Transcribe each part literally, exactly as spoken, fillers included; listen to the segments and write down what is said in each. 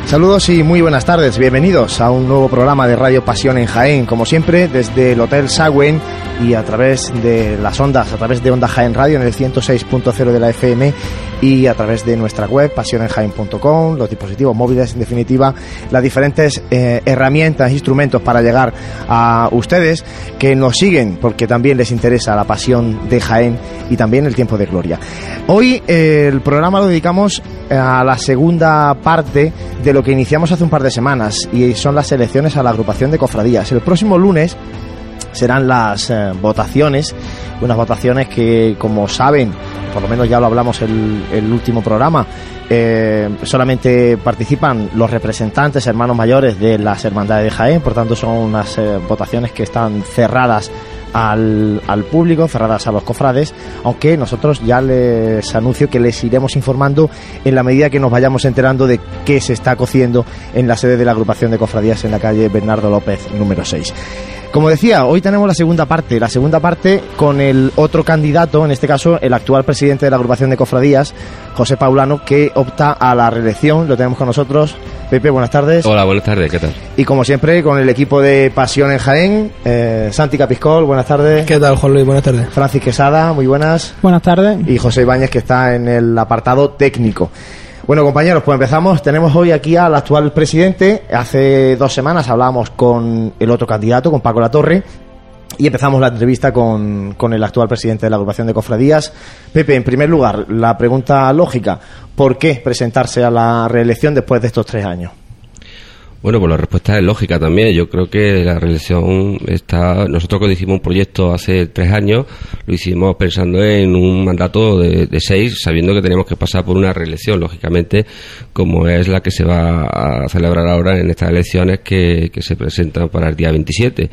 Saludos y muy buenas tardes, bienvenidos a un nuevo programa de Radio Pasión en Jaén, como siempre desde el Hotel Sagüen y a través de las ondas, a través de Onda Jaén Radio en el ciento seis punto cero de la F M y a través de nuestra web pasión en jaén punto com, los dispositivos móviles, en definitiva las diferentes eh, herramientas, instrumentos para llegar a ustedes que nos siguen porque también les interesa la pasión de Jaén y también el tiempo de gloria. Hoy eh, el programa lo dedicamos a la segunda parte de lo que iniciamos hace un par de semanas y son las elecciones a la agrupación de cofradías. El próximo lunes serán las eh, votaciones, unas votaciones que, como saben, por lo menos ya lo hablamos el, el último programa, eh, solamente participan los representantes, hermanos mayores de las hermandades de Jaén, por tanto son unas eh, votaciones que están cerradas Al, al público, cerradas a los cofrades, aunque nosotros ya les anuncio que les iremos informando en la medida que nos vayamos enterando de qué se está cociendo en la sede de la agrupación de cofradías en la calle Bernardo López número seis. Como decía, hoy tenemos la segunda parte, la segunda parte con el otro candidato, en este caso el actual presidente de la agrupación de cofradías, José Paulano, que opta a la reelección. Lo tenemos con nosotros. Pepe, buenas tardes. Hola, buenas tardes, ¿qué tal? Y como siempre, con el equipo de Pasión en Jaén, eh, Santi Capiscol, buenas tardes. ¿Qué tal, Juan Luis? Buenas tardes. Francis Quesada, muy buenas. Buenas tardes. Y José Ibáñez, que está en el apartado técnico. Bueno, compañeros, pues empezamos. Tenemos hoy aquí al actual presidente. Hace dos semanas hablábamos con el otro candidato, con Paco Latorre, y empezamos la entrevista con, con el actual presidente de la agrupación de cofradías. Pepe, en primer lugar, la pregunta lógica: ¿por qué presentarse a la reelección después de estos tres años? Bueno, pues la respuesta es lógica también. Yo creo que la reelección está... Nosotros cuando hicimos un proyecto hace tres años, lo hicimos pensando en un mandato de, de seis, sabiendo que teníamos que pasar por una reelección, lógicamente, como es la que se va a celebrar ahora en estas elecciones que, que se presentan para el día veintisiete.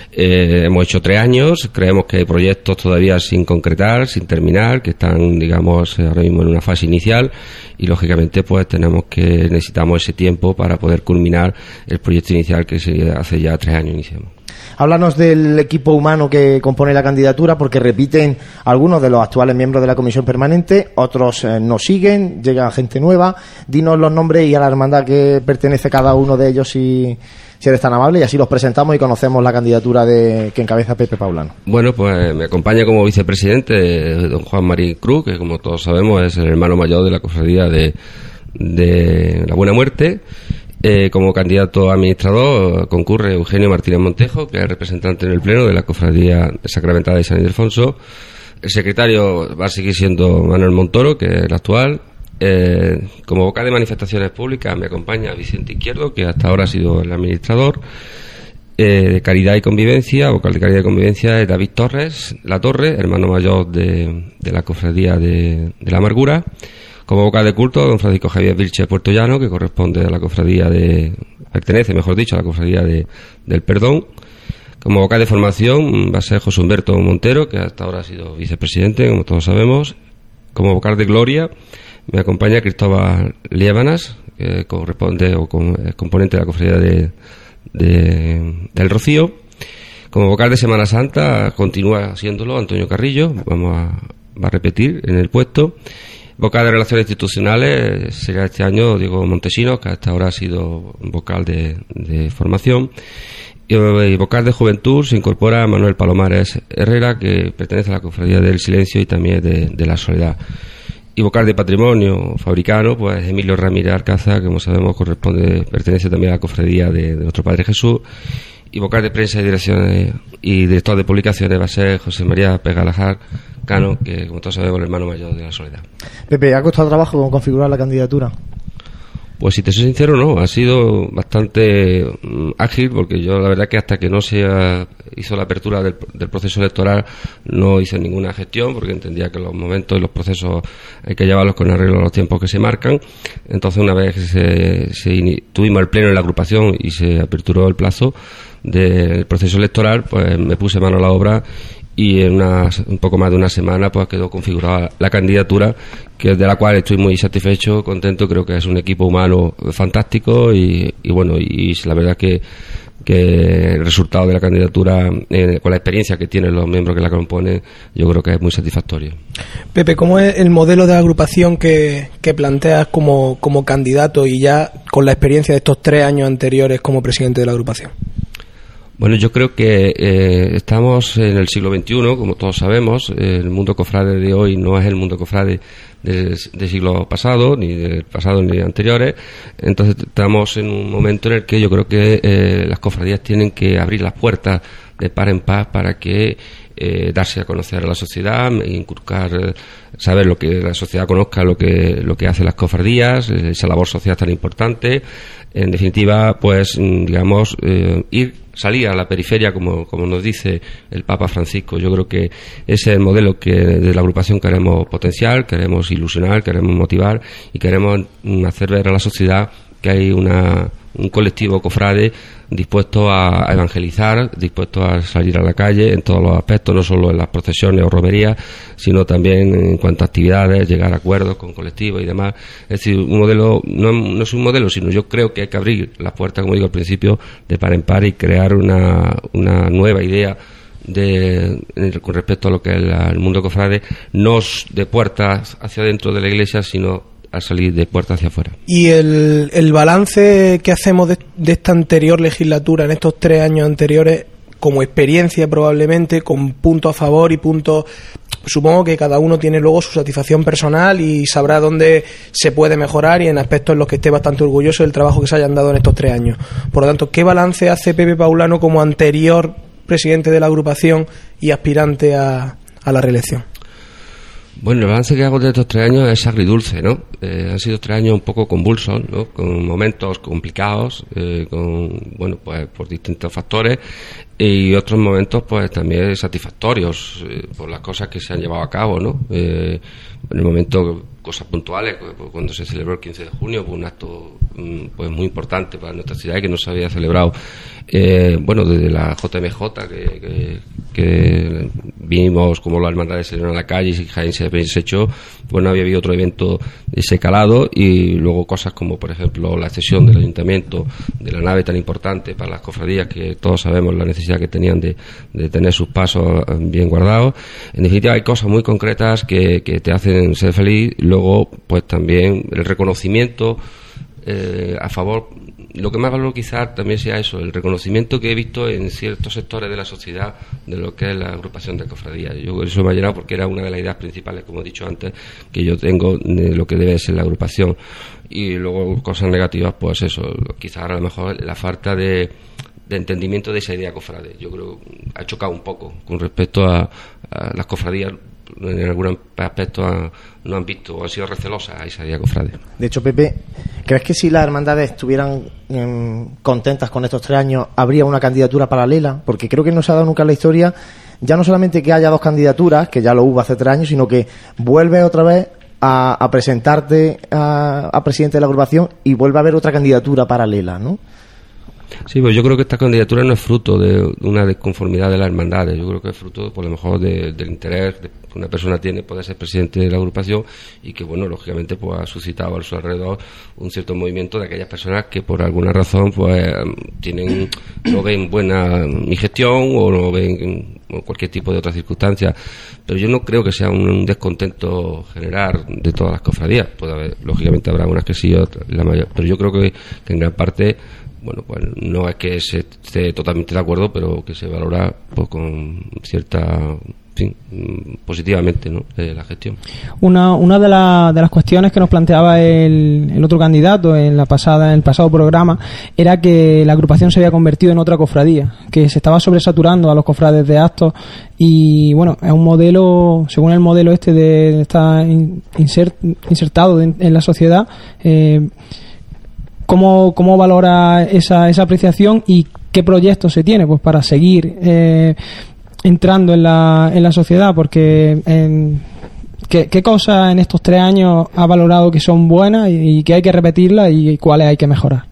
Eh, hemos hecho tres años, creemos que hay proyectos todavía sin concretar, sin terminar, que están, digamos, ahora mismo en una fase inicial y, lógicamente, pues tenemos que necesitamos ese tiempo para poder culminar el proyecto inicial que se hace ya tres años iniciamos. Háblanos del equipo humano que compone la candidatura, porque repiten algunos de los actuales miembros de la comisión permanente, otros eh, nos siguen, llega gente nueva. Dinos los nombres y a la hermandad que pertenece cada uno de ellos, si, si eres tan amable, y así los presentamos y conocemos la candidatura de que encabeza Pepe Paulano. Bueno, pues me acompaña como vicepresidente don Juan Marín Cruz, que como todos sabemos es el hermano mayor de la cofradía de, de la Buena Muerte. Eh, como candidato a administrador concurre Eugenio Martínez Montejo, que es representante en el Pleno de la Cofradía Sacramental de San Ildefonso. El secretario va a seguir siendo Manuel Montoro, que es el actual. Eh, como vocal de manifestaciones públicas me acompaña Vicente Izquierdo, que hasta ahora ha sido el administrador. Eh, de Caridad y Convivencia, vocal de Caridad y Convivencia es David Torres La Torre, hermano mayor de, de la Cofradía de, de la Amargura. Como vocal de culto, don Francisco Javier Vilche Puerto Llano, que corresponde a la cofradía de... pertenece, mejor dicho, a la cofradía de, del Perdón. Como vocal de formación va a ser José Humberto Montero, que hasta ahora ha sido vicepresidente, como todos sabemos. Como vocal de Gloria me acompaña Cristóbal Liébanas, que corresponde o con, es componente de la cofradía de, de, del Rocío. Como vocal de Semana Santa continúa haciéndolo Antonio Carrillo, vamos a, va a repetir en el puesto. Vocal de Relaciones Institucionales será este año Diego Montesinos, que hasta ahora ha sido vocal de, de formación. Y, y vocal de Juventud se incorpora Manuel Palomares Herrera, que pertenece a la Cofradía del Silencio y también de, de la Soledad. Y vocal de Patrimonio Fabricano, pues Emilio Ramírez Arcaza, que como sabemos corresponde, pertenece también a la Cofradía de, de Nuestro Padre Jesús. Y vocal de Prensa y Direcciones y director de Publicaciones va a ser José María Pegalajar Cano, que como todos sabemos es el hermano mayor de la Soledad. Pepe, ¿ha costado trabajo configurar la candidatura? Pues si te soy sincero, no, ha sido bastante um, ágil, porque yo la verdad que hasta que no se uh, hizo la apertura del, del proceso electoral no hice ninguna gestión, porque entendía que los momentos y los procesos hay que llevarlos con arreglo a los tiempos que se marcan. Entonces, una vez que se, se tuvimos el pleno en la agrupación y se aperturó el plazo del proceso electoral, pues me puse mano a la obra y en una, un poco más de una semana pues quedó configurada la candidatura, que de la cual estoy muy satisfecho, contento. Creo que es un equipo humano fantástico y, y bueno, y, y la verdad que que el resultado de la candidatura, eh, con la experiencia que tienen los miembros que la componen, yo creo que es muy satisfactorio. Pepe, ¿cómo es el modelo de agrupación que, que planteas como, como candidato y ya con la experiencia de estos tres años anteriores como presidente de la agrupación? Bueno, yo creo que eh, estamos en el siglo veintiuno, como todos sabemos. El mundo cofrade de hoy no es el mundo cofrade del, del siglo pasado, ni del pasado ni de anteriores. Entonces estamos en un momento en el que yo creo que eh, las cofradías tienen que abrir las puertas de par en par para que eh, darse a conocer a la sociedad, inculcar, eh, saber lo que la sociedad conozca, lo que lo que hacen las cofradías, esa labor social tan importante. En definitiva, pues digamos, eh, ir salir a la periferia, como, como nos dice el Papa Francisco. Yo creo que ese es el modelo que de la agrupación queremos potenciar, queremos ilusionar, queremos motivar y queremos hacer ver a la sociedad que hay una, un colectivo cofrade dispuesto a, a evangelizar, dispuesto a salir a la calle en todos los aspectos, no solo en las procesiones o romerías, sino también en cuanto a actividades, llegar a acuerdos con colectivos y demás. Es decir, un modelo, no, no es un modelo, sino yo creo que hay que abrir las puertas, como digo al principio, de par en par y crear una, una nueva idea de con respecto a lo que es la, el mundo cofrade, no de puertas hacia dentro de la iglesia, sino a salir de puertas hacia afuera. Y el, el balance que hacemos de, de esta anterior legislatura, en estos tres años anteriores, como experiencia probablemente, con puntos a favor y puntos, supongo que cada uno tiene luego su satisfacción personal y sabrá dónde se puede mejorar y en aspectos en los que esté bastante orgulloso del trabajo que se hayan dado en estos tres años. Por lo tanto, ¿qué balance hace Pepe Paulano como anterior presidente de la agrupación y aspirante a, a la reelección? Bueno, el balance que hago de estos tres años es agridulce, ¿no? Eh, han sido tres años un poco convulsos, ¿no? Con momentos complicados, eh, con, bueno, pues por distintos factores, y otros momentos, pues también satisfactorios, eh, por las cosas que se han llevado a cabo, ¿no? Eh, en el momento, cosas puntuales, cuando se celebró el quince de junio, fue un acto, pues muy importante para nuestra ciudad y que no se había celebrado, eh, bueno, desde la J M J, que, que, que vimos como las hermandades salieron a la calle y Jaén se había hecho, pues no había habido otro evento de ese calado, y luego cosas como, por ejemplo, la cesión del ayuntamiento de la nave tan importante para las cofradías, que todos sabemos la necesidad que tenían de, de tener sus pasos bien guardados. En definitiva, hay cosas muy concretas que, que te hacen ser feliz. Luego, pues también el reconocimiento eh, a favor. Lo que más valoro quizás también sea eso, el reconocimiento que he visto en ciertos sectores de la sociedad de lo que es la agrupación de cofradías. Yo eso me ha llenado porque era una de las ideas principales, como he dicho antes, que yo tengo de lo que debe ser la agrupación. Y luego cosas negativas, pues eso, quizás a lo mejor la falta de, de entendimiento de esa idea cofrade. Yo creo que ha chocado un poco con respecto a, a las cofradías. En algún aspecto han, no han visto o han sido recelosas a esa idea cofrade. De hecho, Pepe, ¿crees que si las hermandades estuvieran eh, contentas con estos tres años, habría una candidatura paralela? Porque creo que no se ha dado nunca en la historia, ya no solamente que haya dos candidaturas, que ya lo hubo hace tres años, sino que vuelves otra vez a, a presentarte a, a presidente de la agrupación y vuelve a haber otra candidatura paralela, ¿no? Sí, pues yo creo que esta candidatura no es fruto de una desconformidad de las hermandades. Yo creo que es fruto, por lo mejor, de, del interés que una persona tiene poder ser presidente de la agrupación, y que, bueno, lógicamente, pues ha suscitado a su alrededor un cierto movimiento de aquellas personas que, por alguna razón, pues tienen no ven buena mi gestión o no ven o cualquier tipo de otra circunstancia. Pero yo no creo que sea un, un descontento general de todas las cofradías. Puede haber, lógicamente, habrá unas que sí, otras, la mayor, pero yo creo que, que en gran parte, bueno, pues no es que se esté totalmente de acuerdo, pero que se valora pues con cierta, en fin, positivamente, ¿no?, eh, la gestión. Una una de, la, de las cuestiones que nos planteaba el, el otro candidato en la pasada en el pasado programa era que la agrupación se había convertido en otra cofradía, que se estaba sobresaturando a los cofrades de actos, y bueno, es un modelo, según el modelo este de estar insert, insertado en, en la sociedad. eh, ¿Cómo, cómo valora esa, esa apreciación y qué proyectos se tiene pues para seguir eh, entrando en la, en la sociedad? Porque en, ¿qué, ¿qué cosas en estos tres años ha valorado que son buenas y, y que hay que repetirlas y cuáles hay que mejorar?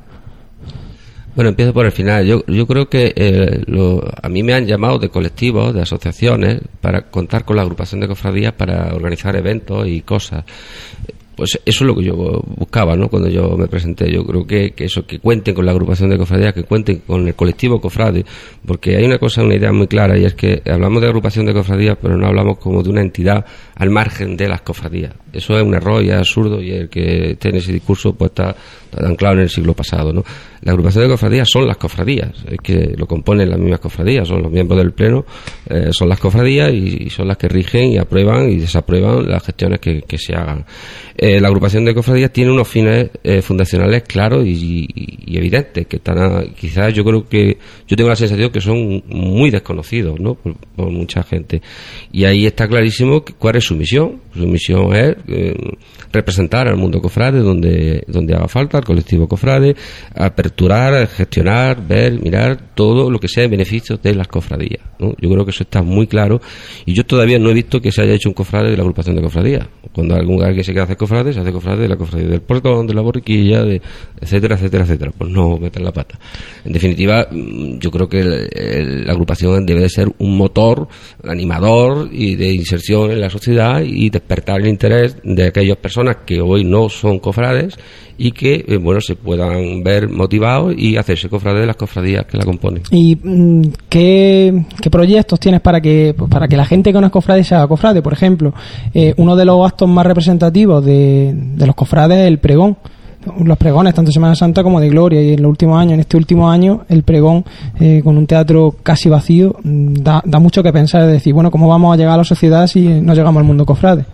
Bueno, empiezo por el final. Yo yo creo que eh, lo, a mí me han llamado de colectivos, de asociaciones, para contar con la agrupación de cofradías para organizar eventos y cosas. pues eso es lo que yo buscaba, ¿no? Cuando yo me presenté, yo creo que, que eso, que cuenten con la agrupación de cofradías, que cuenten con el colectivo cofrade, porque hay una cosa, una idea muy clara, y es que hablamos de agrupación de cofradías, pero no hablamos como de una entidad al margen de las cofradías. Eso es un error y es absurdo, y el que esté en ese discurso pues está, está anclado en el siglo pasado, ¿no? La agrupación de cofradías son las cofradías, es que lo componen las mismas cofradías, son los miembros del pleno, eh, son las cofradías y, y son las que rigen y aprueban y desaprueban las gestiones que, que se hagan. Eh, la agrupación de cofradías tiene unos fines eh, fundacionales claros y, y, y evidentes, que están a, quizás yo creo que, yo tengo la sensación que son muy desconocidos, ¿no? Por, por mucha gente. Y ahí está clarísimo cuál es su misión. Su misión es eh, representar al mundo cofrade donde, donde haga falta, al colectivo cofrade, aperturar, gestionar, ver, mirar todo lo que sea en beneficio de las cofradías, ¿no? Yo creo que eso está muy claro, y yo todavía no he visto que se haya hecho un cofrade de la agrupación de cofradías. Cuando algún alguien se quiere hacer cofrade, se hace cofrade de la cofradía del portón, de la borriquilla, de etcétera, etcétera, etcétera. Pues no metan la pata. En definitiva, yo creo que el, el, la agrupación debe de ser un motor animador y de inserción en la sociedad y despertar el interés de aquellas personas que hoy no son cofrades y que, eh, bueno, se puedan ver motivados y hacerse cofrades de las cofradías que la componen. ¿Y mm, qué, qué proyectos tienes para que pues, para que la gente que no es cofrade se haga cofrade? Por ejemplo, eh, uno de los actos más representativos de, de los cofrades es el pregón. Los pregones, tanto de Semana Santa como de Gloria, y en los últimos años, en este último año, el pregón, eh, con un teatro casi vacío, da, da mucho que pensar, de decir, bueno, ¿cómo vamos a llegar a la sociedad si no llegamos al mundo cofrade?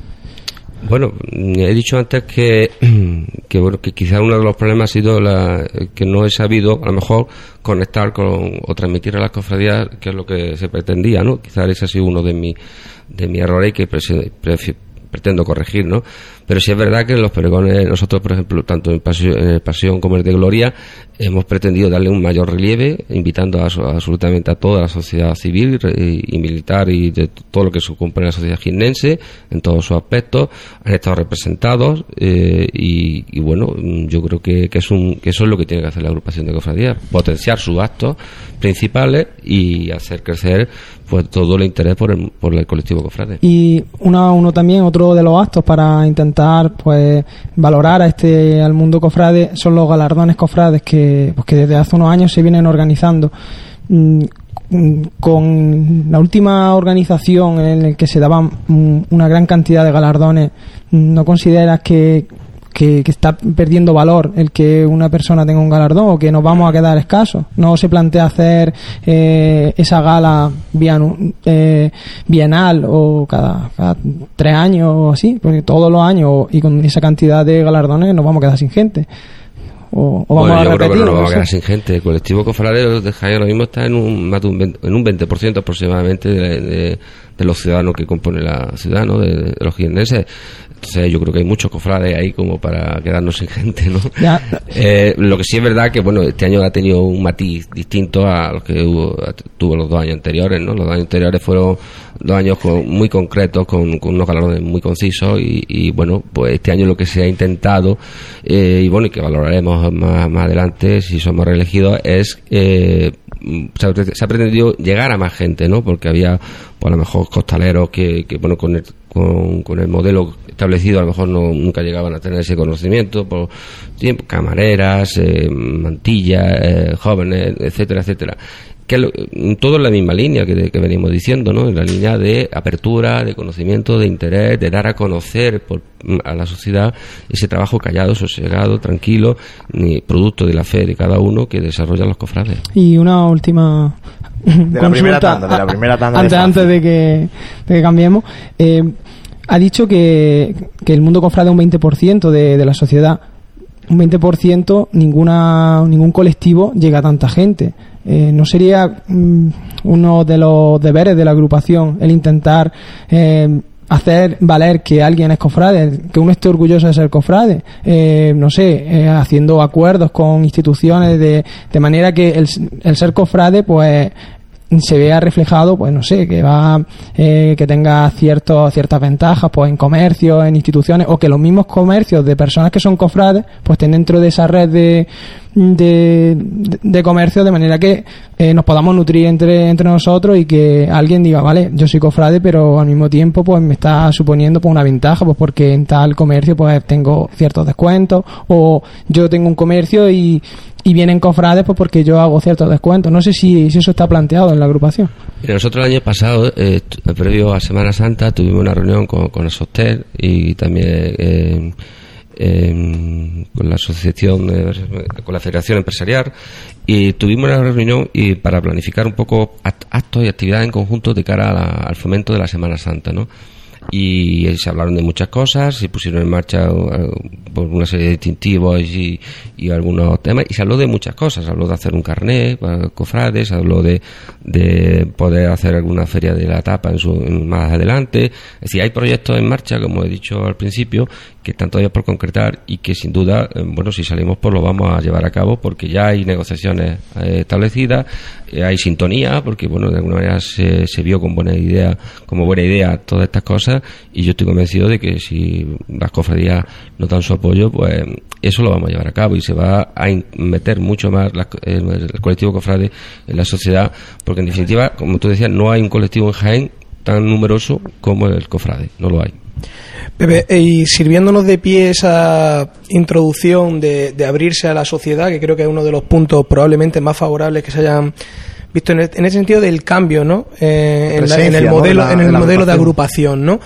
Bueno, he dicho antes que, que bueno, que quizás uno de los problemas ha sido la, que no he sabido, a lo mejor, conectar con o transmitir a las cofradías, que es lo que se pretendía, ¿no? Quizás ese ha sido uno de mis de mis errores que pre- pre- pretendo corregir, ¿no? Pero sí es verdad que en los pregones, nosotros, por ejemplo, tanto en Pasión, en el Pasión como en el de Gloria, hemos pretendido darle un mayor relieve, invitando a, a, absolutamente a toda la sociedad civil y, y militar y de todo lo que se compone la sociedad jiennense, en todos sus aspectos, han estado representados eh, y, y bueno, yo creo que, que, es un, que eso es lo que tiene que hacer la agrupación de cofradías, potenciar sus actos principales y hacer crecer pues todo el interés por el, por el colectivo cofrade. Y uno, uno también, otro de los actos para intentar pues valorar a este al mundo cofrade son los galardones cofrades que, pues, que desde hace unos años se vienen organizando. Mm, con la última organización en la que se daban una gran cantidad de galardones, ¿no consideras que Que, que está perdiendo valor el que una persona tenga un galardón o que nos vamos a quedar escasos? ¿No se plantea hacer eh, esa gala bianu, eh, bienal o cada, cada tres años o así? Porque todos los años y con esa cantidad de galardones nos vamos a quedar sin gente. O, o vamos bueno, a yo repetir, creo que no nos vamos no a quedar sé. sin gente. El colectivo cofrade de Jaén ahora mismo está en un, más de un veinte, en un veinte por ciento aproximadamente de, de, de los ciudadanos que componen la ciudad, ¿no? De, de los jiennenses. Entonces yo creo que hay muchos cofrades ahí como para quedarnos sin gente, ¿no? Ya. Eh, lo que sí es verdad que, bueno, este año ha tenido un matiz distinto a los que hubo, tuvo los dos años anteriores, ¿no? Los dos años anteriores fueron dos años con, muy concretos, con, con unos galardones muy concisos y, y, bueno, pues este año lo que se ha intentado, eh, y bueno, y que valoraremos más, más adelante si somos reelegidos, es... Eh, se ha, se ha pretendido llegar a más gente, ¿no? Porque había, pues a lo mejor costaleros que, que bueno, con el, con, con el modelo establecido a lo mejor no, nunca llegaban a tener ese conocimiento, por tiempo, camareras, eh, mantillas, eh, jóvenes, etcétera, etcétera. Que lo, todo en la misma línea que, de, que venimos diciendo, ¿no? En la línea de apertura, de conocimiento, de interés, de dar a conocer por, a la sociedad ese trabajo callado, sosegado, tranquilo, producto de la fe de cada uno que desarrollan los cofrades. Y una última de la primera tanda, de la primera tanda antes, de antes de que, de que cambiemos. Eh, ha dicho que, que el mundo cofrade es un veinte por ciento de, de la sociedad. Un veinte por ciento, ninguna, ningún colectivo llega a tanta gente. Eh, ¿No sería mm, uno de los deberes de la agrupación el intentar eh, hacer valer que alguien es cofrade, que uno esté orgulloso de ser cofrade? Eh, no sé, eh, haciendo acuerdos con instituciones de, de manera que el, el ser cofrade pues se vea reflejado, pues no sé, que va eh, que tenga ciertos ciertas ventajas pues en comercios, en instituciones, o que los mismos comercios de personas que son cofrades pues estén dentro de esa red de de, de comercio, de manera que eh, nos podamos nutrir entre, entre nosotros y que alguien diga, vale, yo soy cofrade, pero al mismo tiempo pues me está suponiendo pues una ventaja, pues porque en tal comercio pues tengo ciertos descuentos, o yo tengo un comercio y, y vienen cofrades pues porque yo hago ciertos descuentos. No sé si, si eso está planteado en la agrupación. Mira, nosotros el año pasado, eh, previo a Semana Santa, tuvimos una reunión con, con el Soster y también eh, eh, con la asociación, eh, con la Federación Empresarial, y tuvimos una reunión y para planificar un poco actos y actividades en conjunto de cara a la, al fomento de la Semana Santa, ¿no? Y se hablaron de muchas cosas, se pusieron en marcha por una serie de distintivos y, y algunos temas, y se habló de muchas cosas. Se habló de hacer un carnet para cofrades, se habló de, de poder hacer alguna feria de la tapa en su, en más adelante. Es decir, hay proyectos en marcha, como he dicho al principio, que están todavía por concretar y que sin duda, bueno, si salimos pues lo vamos a llevar a cabo, porque ya hay negociaciones eh, establecidas, eh, hay sintonía, porque bueno, de alguna manera se, se vio con buena idea, como buena idea todas estas cosas, y yo estoy convencido de que si las cofradías nos dan su apoyo, pues eso lo vamos a llevar a cabo y se va a meter mucho más la, el, el colectivo cofrade en la sociedad, porque en definitiva, como tú decías, no hay un colectivo en Jaén tan numeroso como el cofrade, no lo hay. Pepe, y sirviéndonos de pie esa introducción de, de abrirse a la sociedad, que creo que es uno de los puntos probablemente más favorables que se hayan visto en, el, en ese sentido del cambio, ¿no? Eh, en, la, en el modelo, ¿no? la, en el modelo de agrupación, ¿no?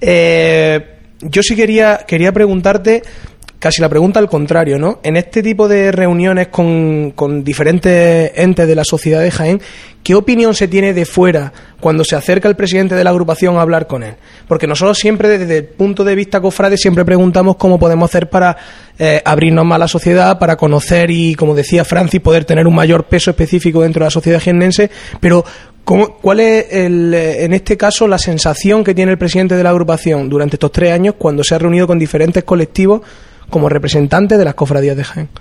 Eh, yo sí quería quería preguntarte casi la pregunta al contrario, ¿no? En este tipo de reuniones con, con diferentes entes de la sociedad de Jaén, ¿qué opinión se tiene de fuera cuando se acerca el presidente de la agrupación a hablar con él? Porque nosotros siempre, desde el punto de vista cofrade, siempre preguntamos cómo podemos hacer para eh, abrirnos más a la sociedad, para conocer y, como decía Francis, poder tener un mayor peso específico dentro de la sociedad jiennense, pero ¿cómo, ¿cuál es, el, en este caso, la sensación que tiene el presidente de la agrupación durante estos tres años cuando se ha reunido con diferentes colectivos como representante de las cofradías de Jaén?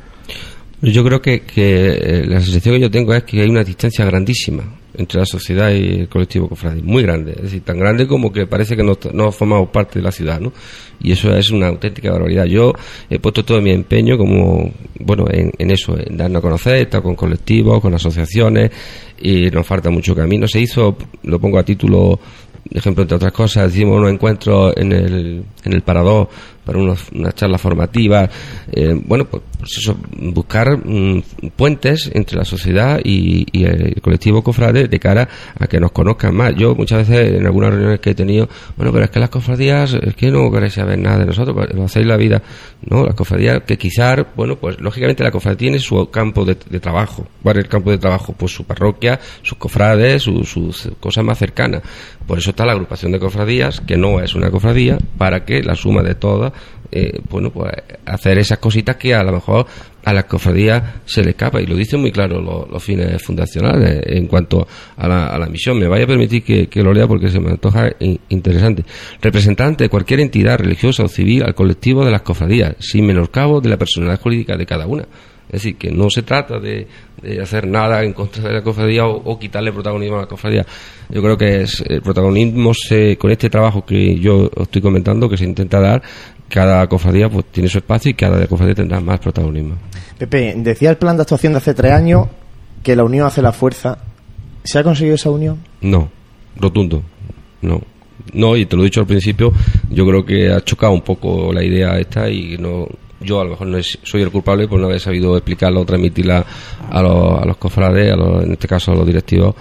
Yo creo que, que la sensación que yo tengo es que hay una distancia grandísima entre la sociedad y el colectivo cofrade, muy grande, es decir, tan grande como que parece que no, no formamos parte de la ciudad, ¿no? Y eso es una auténtica barbaridad. Yo he puesto todo mi empeño como, bueno, en, en eso, en darnos a conocer, estar con colectivos, con asociaciones, y nos falta mucho camino. Se hizo, lo pongo a título de ejemplo, entre otras cosas, hicimos unos encuentros en el, en el Parador para unos, unas charlas formativas, eh, bueno, pues, pues eso, buscar mm, puentes entre la sociedad y, y el colectivo cofrade de cara a que nos conozcan más. Yo muchas veces en algunas reuniones que he tenido, bueno, pero es que las cofradías, es que no queréis saber nada de nosotros, pues, lo hacéis la vida, no, las cofradías que quizás, bueno, pues lógicamente la cofradía tiene su campo de, de trabajo. ¿Cuál es el campo de trabajo? Pues su parroquia, sus cofrades, sus, sus cosas más cercanas. Por eso está la agrupación de cofradías, que no es una cofradía, para que la suma de todas, eh, bueno, pues hacer esas cositas que a lo mejor a las cofradías se le escapa, y lo dicen muy claro los, los fines fundacionales en cuanto a la, a la misión. Me vaya a permitir que, que lo lea porque se me antoja interesante. Representante de cualquier entidad religiosa o civil al colectivo de las cofradías, sin menoscabo de la personalidad jurídica de cada una. Es decir, que no se trata de, de hacer nada en contra de la cofradía o, o quitarle protagonismo a la cofradía. Yo creo que es el protagonismo se, con este trabajo que yo estoy comentando, que se intenta dar, cada cofradía pues tiene su espacio y cada cofradía tendrá más protagonismo. Pepe, decía el plan de actuación de hace tres años que la unión hace la fuerza. ¿Se ha conseguido esa unión? No, rotundo, no. No, y te lo he dicho al principio, yo creo que ha chocado un poco la idea esta y no... Yo a lo mejor no es, soy el culpable por no haber sabido explicarlo o transmitirla a los, a los cofrades, a los, en este caso a los directivos,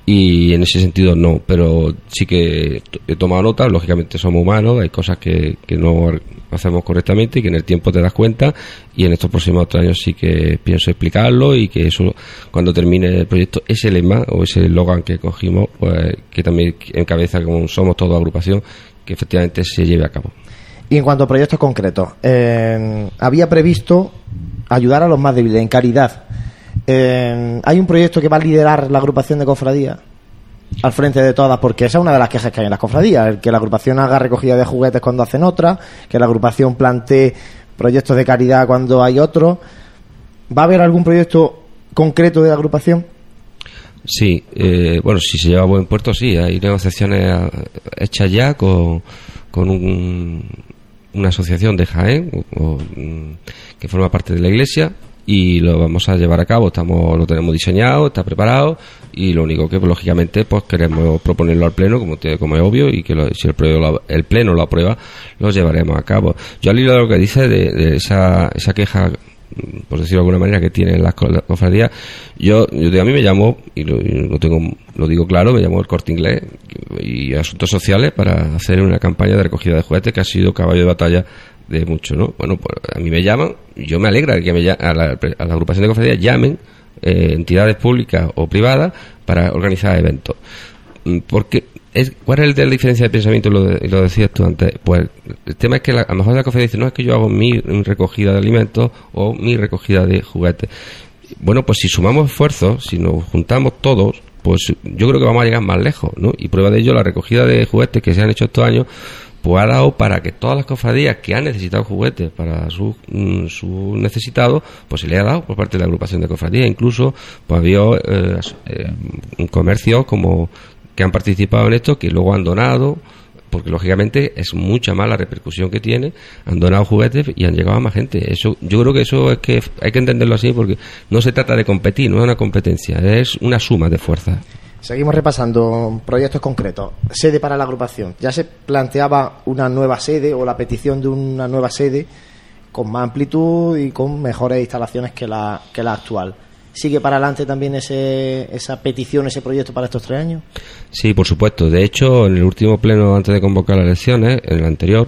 y en ese sentido no, pero sí que he tomado nota. Lógicamente somos humanos, hay cosas que, que no hacemos correctamente y que en el tiempo te das cuenta, y en estos próximos tres años sí que pienso explicarlo, y que eso, cuando termine el proyecto, ese lema o ese eslogan que cogimos, pues que también encabeza, como somos toda agrupación, que efectivamente se lleve a cabo. Y en cuanto a proyectos concretos, eh, había previsto ayudar a los más débiles en caridad. Eh, ¿Hay un proyecto que va a liderar la agrupación de cofradías al frente de todas? Porque esa es una de las quejas que hay en las cofradías, el que la agrupación haga recogida de juguetes cuando hacen otra, que la agrupación plantee proyectos de caridad cuando hay otros. ¿Va a haber algún proyecto concreto de la agrupación? Sí, eh, bueno, si se lleva a buen puerto, sí, hay negociaciones hechas ya con, con un, una asociación de Jaén o, o, que forma parte de la Iglesia, y lo vamos a llevar a cabo. Estamos, lo tenemos diseñado, está preparado, y lo único que, pues, lógicamente, pues queremos proponerlo al pleno, como te, como es obvio, y que lo, si el, pleno, el pleno lo aprueba, lo llevaremos a cabo. Yo, al hilo de lo que dice de, de esa, esa queja, por decirlo de alguna manera, que tienen las, las cofradías, yo, yo a mí me llamó, y lo, y lo tengo, lo digo claro, me llamó el Corte Inglés y Asuntos Sociales para hacer una campaña de recogida de juguetes que ha sido caballo de batalla de mucho, ¿no? Bueno, pues a mí me llaman, y yo me alegra de que me, a, la, a la agrupación de cofradías llamen eh, entidades públicas o privadas para organizar eventos. Porque es, ¿cuál es el de la diferencia de pensamiento? Lo, de, lo decías tú antes. Pues el tema es que la, a lo mejor la cofradía dice, no, es que yo hago mi recogida de alimentos o mi recogida de juguetes. Bueno, pues si sumamos esfuerzos, si nos juntamos todos, pues yo creo que vamos a llegar más lejos, ¿no? Y prueba de ello, la recogida de juguetes que se han hecho estos años, pues ha dado para que todas las cofradías que han necesitado juguetes para sus mm, su necesitados, pues se le ha dado por parte de la agrupación de cofradías. Incluso pues había eh, eh, comercios como que han participado en esto, que luego han donado, porque lógicamente es mucha más la repercusión que tiene, han donado juguetes y han llegado a más gente. Eso, yo creo que eso es que hay que entenderlo así, porque no se trata de competir, no es una competencia, es una suma de fuerzas. Seguimos repasando proyectos concretos. Sede para la agrupación. Ya se planteaba una nueva sede o la petición de una nueva sede con más amplitud y con mejores instalaciones que la, que la actual. ¿Sigue para adelante también ese, esa petición, ese proyecto para estos tres años? Sí, por supuesto. De hecho, en el último pleno antes de convocar las elecciones, en el anterior,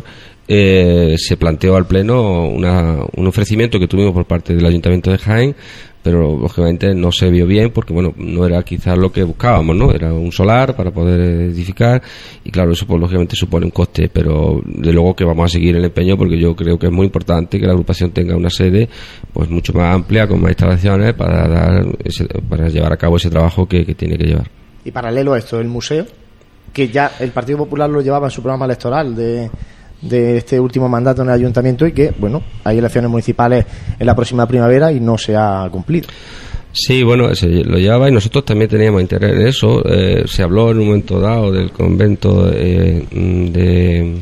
eh, se planteó al pleno una, un ofrecimiento que tuvimos por parte del Ayuntamiento de Jaén, pero lógicamente no se vio bien porque, bueno, no era quizás lo que buscábamos, ¿no? Era un solar para poder edificar y, claro, eso pues lógicamente supone un coste, pero de luego que vamos a seguir el empeño, porque yo creo que es muy importante que la agrupación tenga una sede pues mucho más amplia, con más instalaciones para dar ese, para llevar a cabo ese trabajo que, que tiene que llevar. Y paralelo a esto, el museo, que ya el Partido Popular lo llevaba en su programa electoral de... de este último mandato en el ayuntamiento, y que, bueno, hay elecciones municipales en la próxima primavera y no se ha cumplido. Sí, bueno, se lo llevaba y nosotros también teníamos interés en eso. Eh, se habló en un momento dado del convento eh, de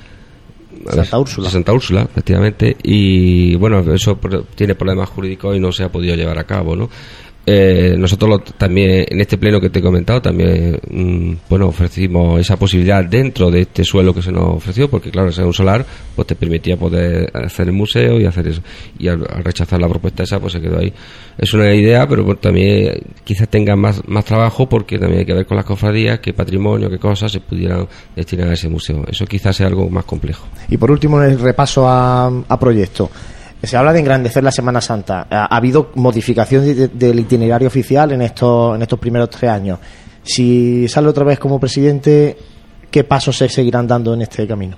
Santa Úrsula. de Santa Úrsula, efectivamente, y bueno, eso tiene problemas jurídicos y no se ha podido llevar a cabo, ¿no? Eh, nosotros lo, también en este pleno que te he comentado también mmm, bueno, ofrecimos esa posibilidad dentro de este suelo que se nos ofreció, porque claro, ese es un solar, pues te permitía poder hacer el museo y hacer eso, y al, al rechazar la propuesta esa pues se quedó ahí. Es una idea, pero pues, también quizás tenga más, más trabajo, porque también hay que ver con las cofradías qué patrimonio, qué cosas se pudieran destinar a ese museo. Eso quizás sea algo más complejo. Y por último, en el repaso a, a proyectos, se habla de engrandecer la Semana Santa. Ha, ha habido modificación de, de, del itinerario oficial en estos en estos primeros tres años. Si sale otra vez como presidente, ¿qué pasos se seguirán dando en este camino?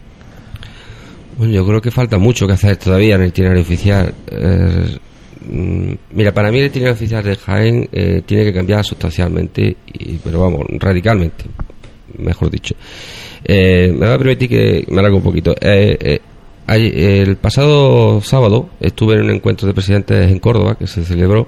Bueno, yo creo que falta mucho que hacer todavía en el itinerario oficial. Eh, mira, para mí el itinerario oficial de Jaén eh, tiene que cambiar sustancialmente, y, pero vamos, radicalmente, mejor dicho. Eh, me va a permitir que me alargue un poquito. Eh, eh, El pasado sábado estuve en un encuentro de presidentes en Córdoba que se celebró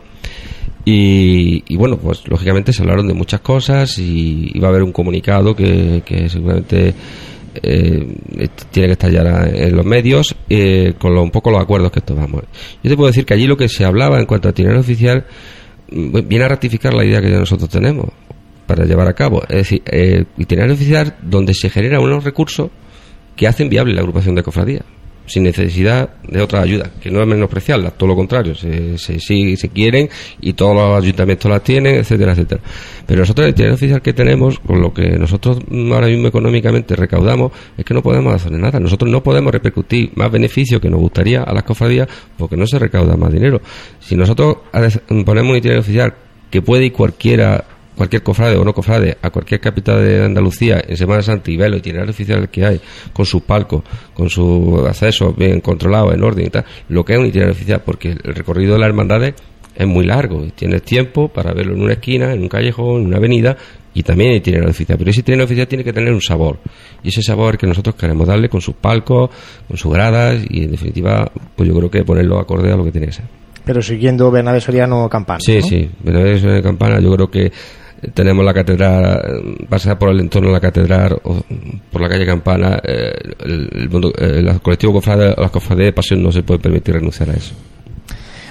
y, y bueno, pues lógicamente se hablaron de muchas cosas y iba a haber un comunicado que, que seguramente eh, tiene que estar ya en los medios eh, con lo, un poco los acuerdos que tomamos. Yo te puedo decir que allí lo que se hablaba en cuanto a itinerario oficial viene a ratificar la idea que ya nosotros tenemos para llevar a cabo. Es decir, el itinerario oficial donde se generan unos recursos que hacen viable la agrupación de cofradías, sin necesidad de otra ayuda, que no es menospreciarlas, todo lo contrario, se, se, se, se quieren y todos los ayuntamientos las tienen, etcétera, etcétera. Pero nosotros el itinerario oficial que tenemos, con lo que nosotros ahora mismo económicamente recaudamos, es que no podemos hacer nada. Nosotros no podemos repercutir más beneficio que nos gustaría a las cofradías porque no se recauda más dinero. Si nosotros ponemos un itinerario oficial que puede ir cualquiera, cualquier cofrade o no cofrade a cualquier capital de Andalucía en Semana Santa y ver los itinerarios oficiales que hay, con sus palcos, con sus accesos bien controlados, en orden y tal, lo que es un itinerario oficial, porque el recorrido de las hermandades es muy largo y tienes tiempo para verlo en una esquina, en un callejón, en una avenida, y también el itinerario oficial. Pero ese itinerario oficial tiene que tener un sabor, y ese sabor es el que nosotros queremos darle con sus palcos, con sus gradas, y en definitiva, pues yo creo que ponerlo acorde a lo que tiene que ser. Pero siguiendo Bernabé Soriano Campana, Sí, ¿no? sí, Bernabé Soriano Campana, yo creo que tenemos la catedral, pasar por el entorno de la catedral o por la calle Campana, eh, el, el, mundo, el colectivo cofrade, las cofradías de pasión no se puede permitir renunciar a eso.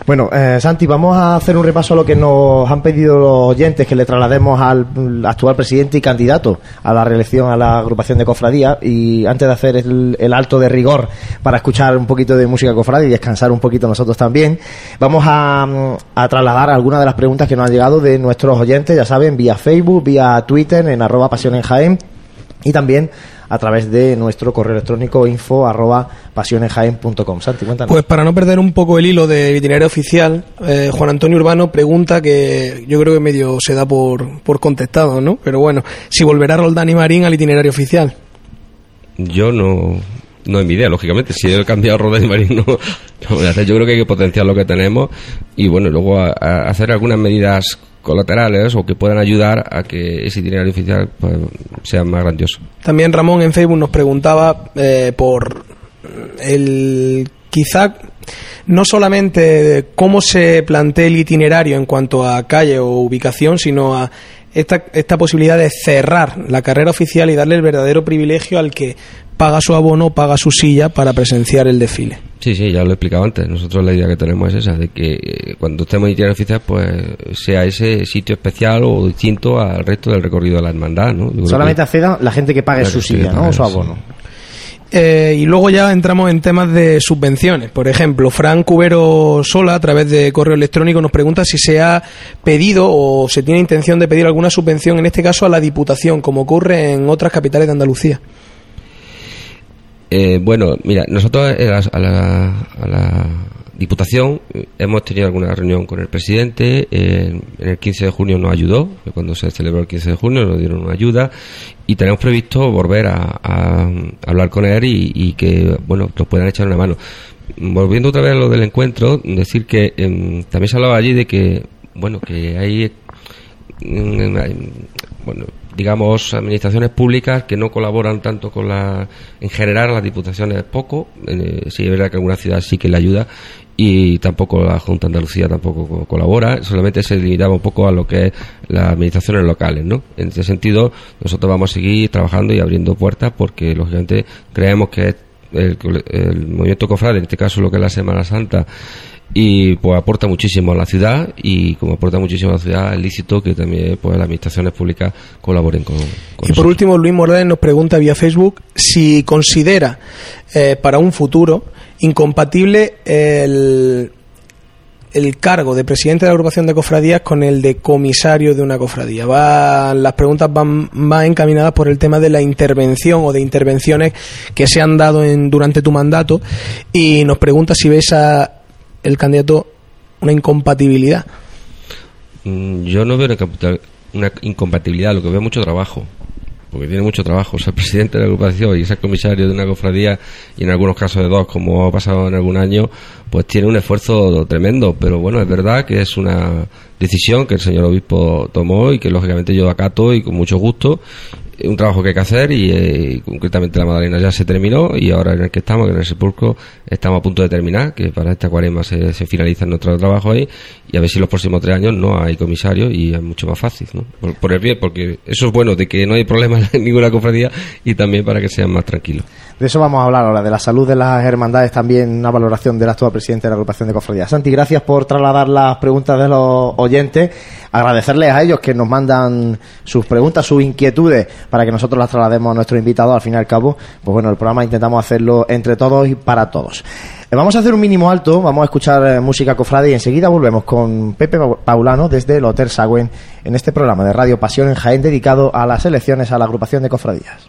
Bueno, eh, Santi, vamos a hacer un repaso a lo que nos han pedido los oyentes, que le traslademos al actual presidente y candidato a la reelección a la agrupación de cofradías. Y antes de hacer el, el alto de rigor para escuchar un poquito de música cofrade y descansar un poquito nosotros también, vamos a, a trasladar algunas de las preguntas que nos han llegado de nuestros oyentes, ya saben, vía Facebook, vía Twitter, en arroba Pasión en Jaén, y también a través de nuestro correo electrónico info arroba pasionenjaen punto com. Santi, cuéntanos. Pues para no perder un poco el hilo de itinerario oficial, eh, Juan Antonio Urbano pregunta, que yo creo que medio se da por, por contestado, ¿no? Pero bueno, si volverá Roldán y Marín al itinerario oficial. Yo no... No es mi idea, lógicamente. Si he cambiado Roldán y Marín, no, no voy a hacer. Yo creo que hay que potenciar lo que tenemos y, bueno, luego a, a hacer algunas medidas colaterales o que puedan ayudar a que ese itinerario oficial pues, sea más grandioso. También Ramón en Facebook nos preguntaba eh, por el quizá no solamente cómo se plantea el itinerario en cuanto a calle o ubicación, sino a esta, esta posibilidad de cerrar la carrera oficial y darle el verdadero privilegio al que paga su abono, paga su silla para presenciar el desfile. Sí, sí, ya lo he explicado antes. Nosotros la idea que tenemos es esa, de que cuando estemos en itinerario oficial, pues sea ese sitio especial o distinto al resto del recorrido de la hermandad, ¿no? Solamente acceda la gente que pague su silla, ¿no? O su abono. Eh, y luego ya entramos en temas de subvenciones. Por ejemplo, Fran Cubero Sola, a través de correo electrónico, nos pregunta si se ha pedido o se tiene intención de pedir alguna subvención, en este caso a la Diputación, como ocurre en otras capitales de Andalucía. Eh, bueno, mira, nosotros a la, a la, a la Diputación hemos tenido alguna reunión con el presidente. Eh, en el quince de junio nos ayudó, cuando se celebró el quince de junio nos dieron una ayuda y tenemos previsto volver a, a, a hablar con él y, y que, bueno, nos puedan echar una mano. Volviendo otra vez a lo del encuentro, decir que eh, también se hablaba allí de que, bueno, que hay, eh, bueno, digamos, administraciones públicas que no colaboran tanto con la... En general, las diputaciones poco. Eh, sí, es verdad que alguna ciudad sí que le ayuda y tampoco la Junta de Andalucía tampoco colabora. Solamente se limitaba un poco a lo que es las administraciones locales, ¿no? En ese sentido, nosotros vamos a seguir trabajando y abriendo puertas porque, lógicamente, creemos que el, el movimiento cofrade, en este caso lo que es la Semana Santa, y pues aporta muchísimo a la ciudad, y como aporta muchísimo a la ciudad es lícito que también pues las administraciones públicas colaboren con, con y nosotros. Por último, Luis Morales nos pregunta vía Facebook si considera eh, para un futuro incompatible el, el cargo de presidente de la agrupación de cofradías con el de comisario de una cofradía. Va, las preguntas van más encaminadas por el tema de la intervención o de intervenciones que se han dado en, durante tu mandato, y nos pregunta si ves a el candidato una incompatibilidad. Yo no veo una incompatibilidad, lo que veo es mucho trabajo, porque tiene mucho trabajo. O sea, el presidente de la agrupación y ser comisario de una cofradía, y en algunos casos de dos, como ha pasado en algún año, pues tiene un esfuerzo tremendo. Pero bueno, es verdad que es una decisión que el señor obispo tomó y que lógicamente yo acato y con mucho gusto. Un trabajo que hay que hacer y eh, concretamente la Magdalena ya se terminó, y ahora en el que estamos, que en el Sepulcro, estamos a punto de terminar, que para esta cuaresma se, se finaliza nuestro trabajo ahí, y a ver si los próximos tres años no hay comisario y es mucho más fácil, ¿no? Por, por el bien, porque eso es bueno, de que no hay problemas en ninguna cofradía, y también para que sean más tranquilos. De eso vamos a hablar ahora, de la salud de las hermandades, también una valoración del actual presidente de la agrupación de cofradías. Santi, gracias por trasladar las preguntas de los oyentes, agradecerles a ellos que nos mandan sus preguntas, sus inquietudes, para que nosotros las traslademos a nuestros invitados. Al fin y al cabo, pues bueno, el programa intentamos hacerlo entre todos y para todos. Eh, vamos a hacer un mínimo alto, vamos a escuchar eh, música cofrade y enseguida volvemos con Pepe Paulano desde el Hotel Sagüen en este programa de Radio Pasión en Jaén, dedicado a las elecciones a la agrupación de cofradías.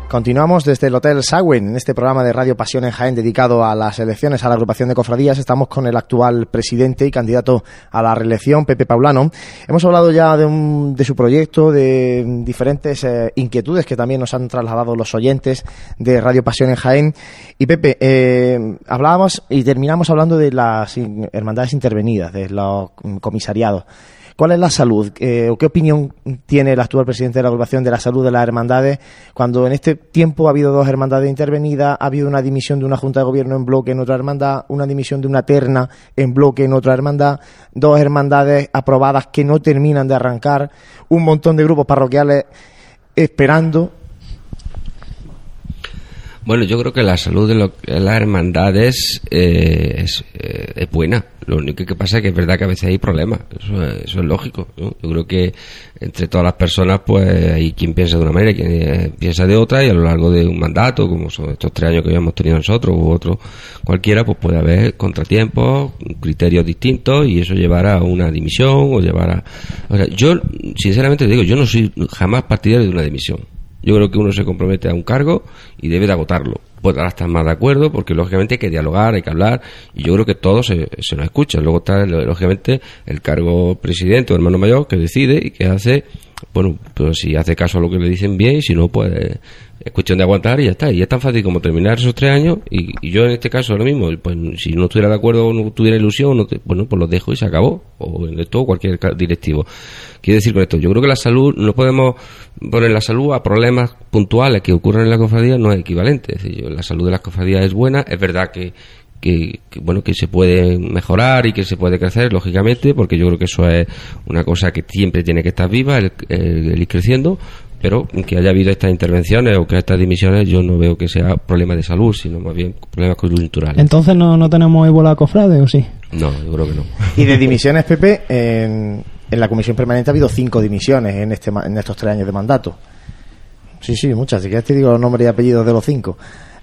Continuamos desde el Hotel Sagüen, en este programa de Radio Pasión en Jaén dedicado a las elecciones a la agrupación de cofradías. Estamos con el actual presidente y candidato a la reelección, Pepe Paulano. Hemos hablado ya de, un, de su proyecto, de diferentes eh, inquietudes que también nos han trasladado los oyentes de Radio Pasión en Jaén. Y Pepe, eh, hablábamos y terminamos hablando de las hermandades intervenidas, de los comisariados. ¿Cuál es la salud? Eh, ¿O qué opinión tiene el actual presidente de la agrupación de la salud de las hermandades cuando en este tiempo ha habido dos hermandades intervenidas, ha habido una dimisión de una junta de gobierno en bloque en otra hermandad, una dimisión de una terna en bloque en otra hermandad, dos hermandades aprobadas que no terminan de arrancar, un montón de grupos parroquiales esperando? Bueno, yo creo que la salud de, lo, de las hermandades eh, es, eh, es buena. Lo único que pasa es que es verdad que a veces hay problemas. Eso es, eso es lógico, ¿no? Yo creo que entre todas las personas pues hay quien piensa de una manera y quien eh, piensa de otra, y a lo largo de un mandato, como son estos tres años que hemos tenido nosotros u otro cualquiera, pues puede haber contratiempos, criterios distintos, y eso llevará a una dimisión o llevará... O sea, yo sinceramente digo, yo no soy jamás partidario de una dimisión. Yo creo que uno se compromete a un cargo y debe de agotarlo. Podrá estar más de acuerdo, porque lógicamente hay que dialogar, hay que hablar, y yo creo que todos se, se nos escuchan. Luego está, lógicamente, el cargo presidente o hermano mayor que decide y que hace, bueno, pero si hace caso a lo que le dicen bien, y si no, pues es cuestión de aguantar y ya está. Y es tan fácil como terminar esos tres años, y, y yo en este caso lo mismo, pues si no estuviera de acuerdo o no tuviera ilusión, no te, bueno, pues los dejo y se acabó, o en esto cualquier directivo. Quiero decir con esto, yo creo que la salud, no podemos poner la salud a problemas puntuales que ocurren en la cofradía, no es equivalente. Es decir, la salud de las cofradías es buena, es verdad que Que, que bueno, que se puede mejorar y que se puede crecer, lógicamente, porque yo creo que eso es una cosa que siempre tiene que estar viva, el, el, el ir creciendo, pero que haya habido estas intervenciones o que estas dimisiones, yo no veo que sea problema de salud, sino más bien problemas coyunturales. Entonces no, no tenemos ébola cofrade, ¿o sí? No, yo creo que no. Y de dimisiones, Pepe, en, en la comisión permanente ha habido cinco dimisiones en este en estos tres años de mandato. Sí, sí, muchas. Si quieres te digo los nombres y apellidos de los cinco.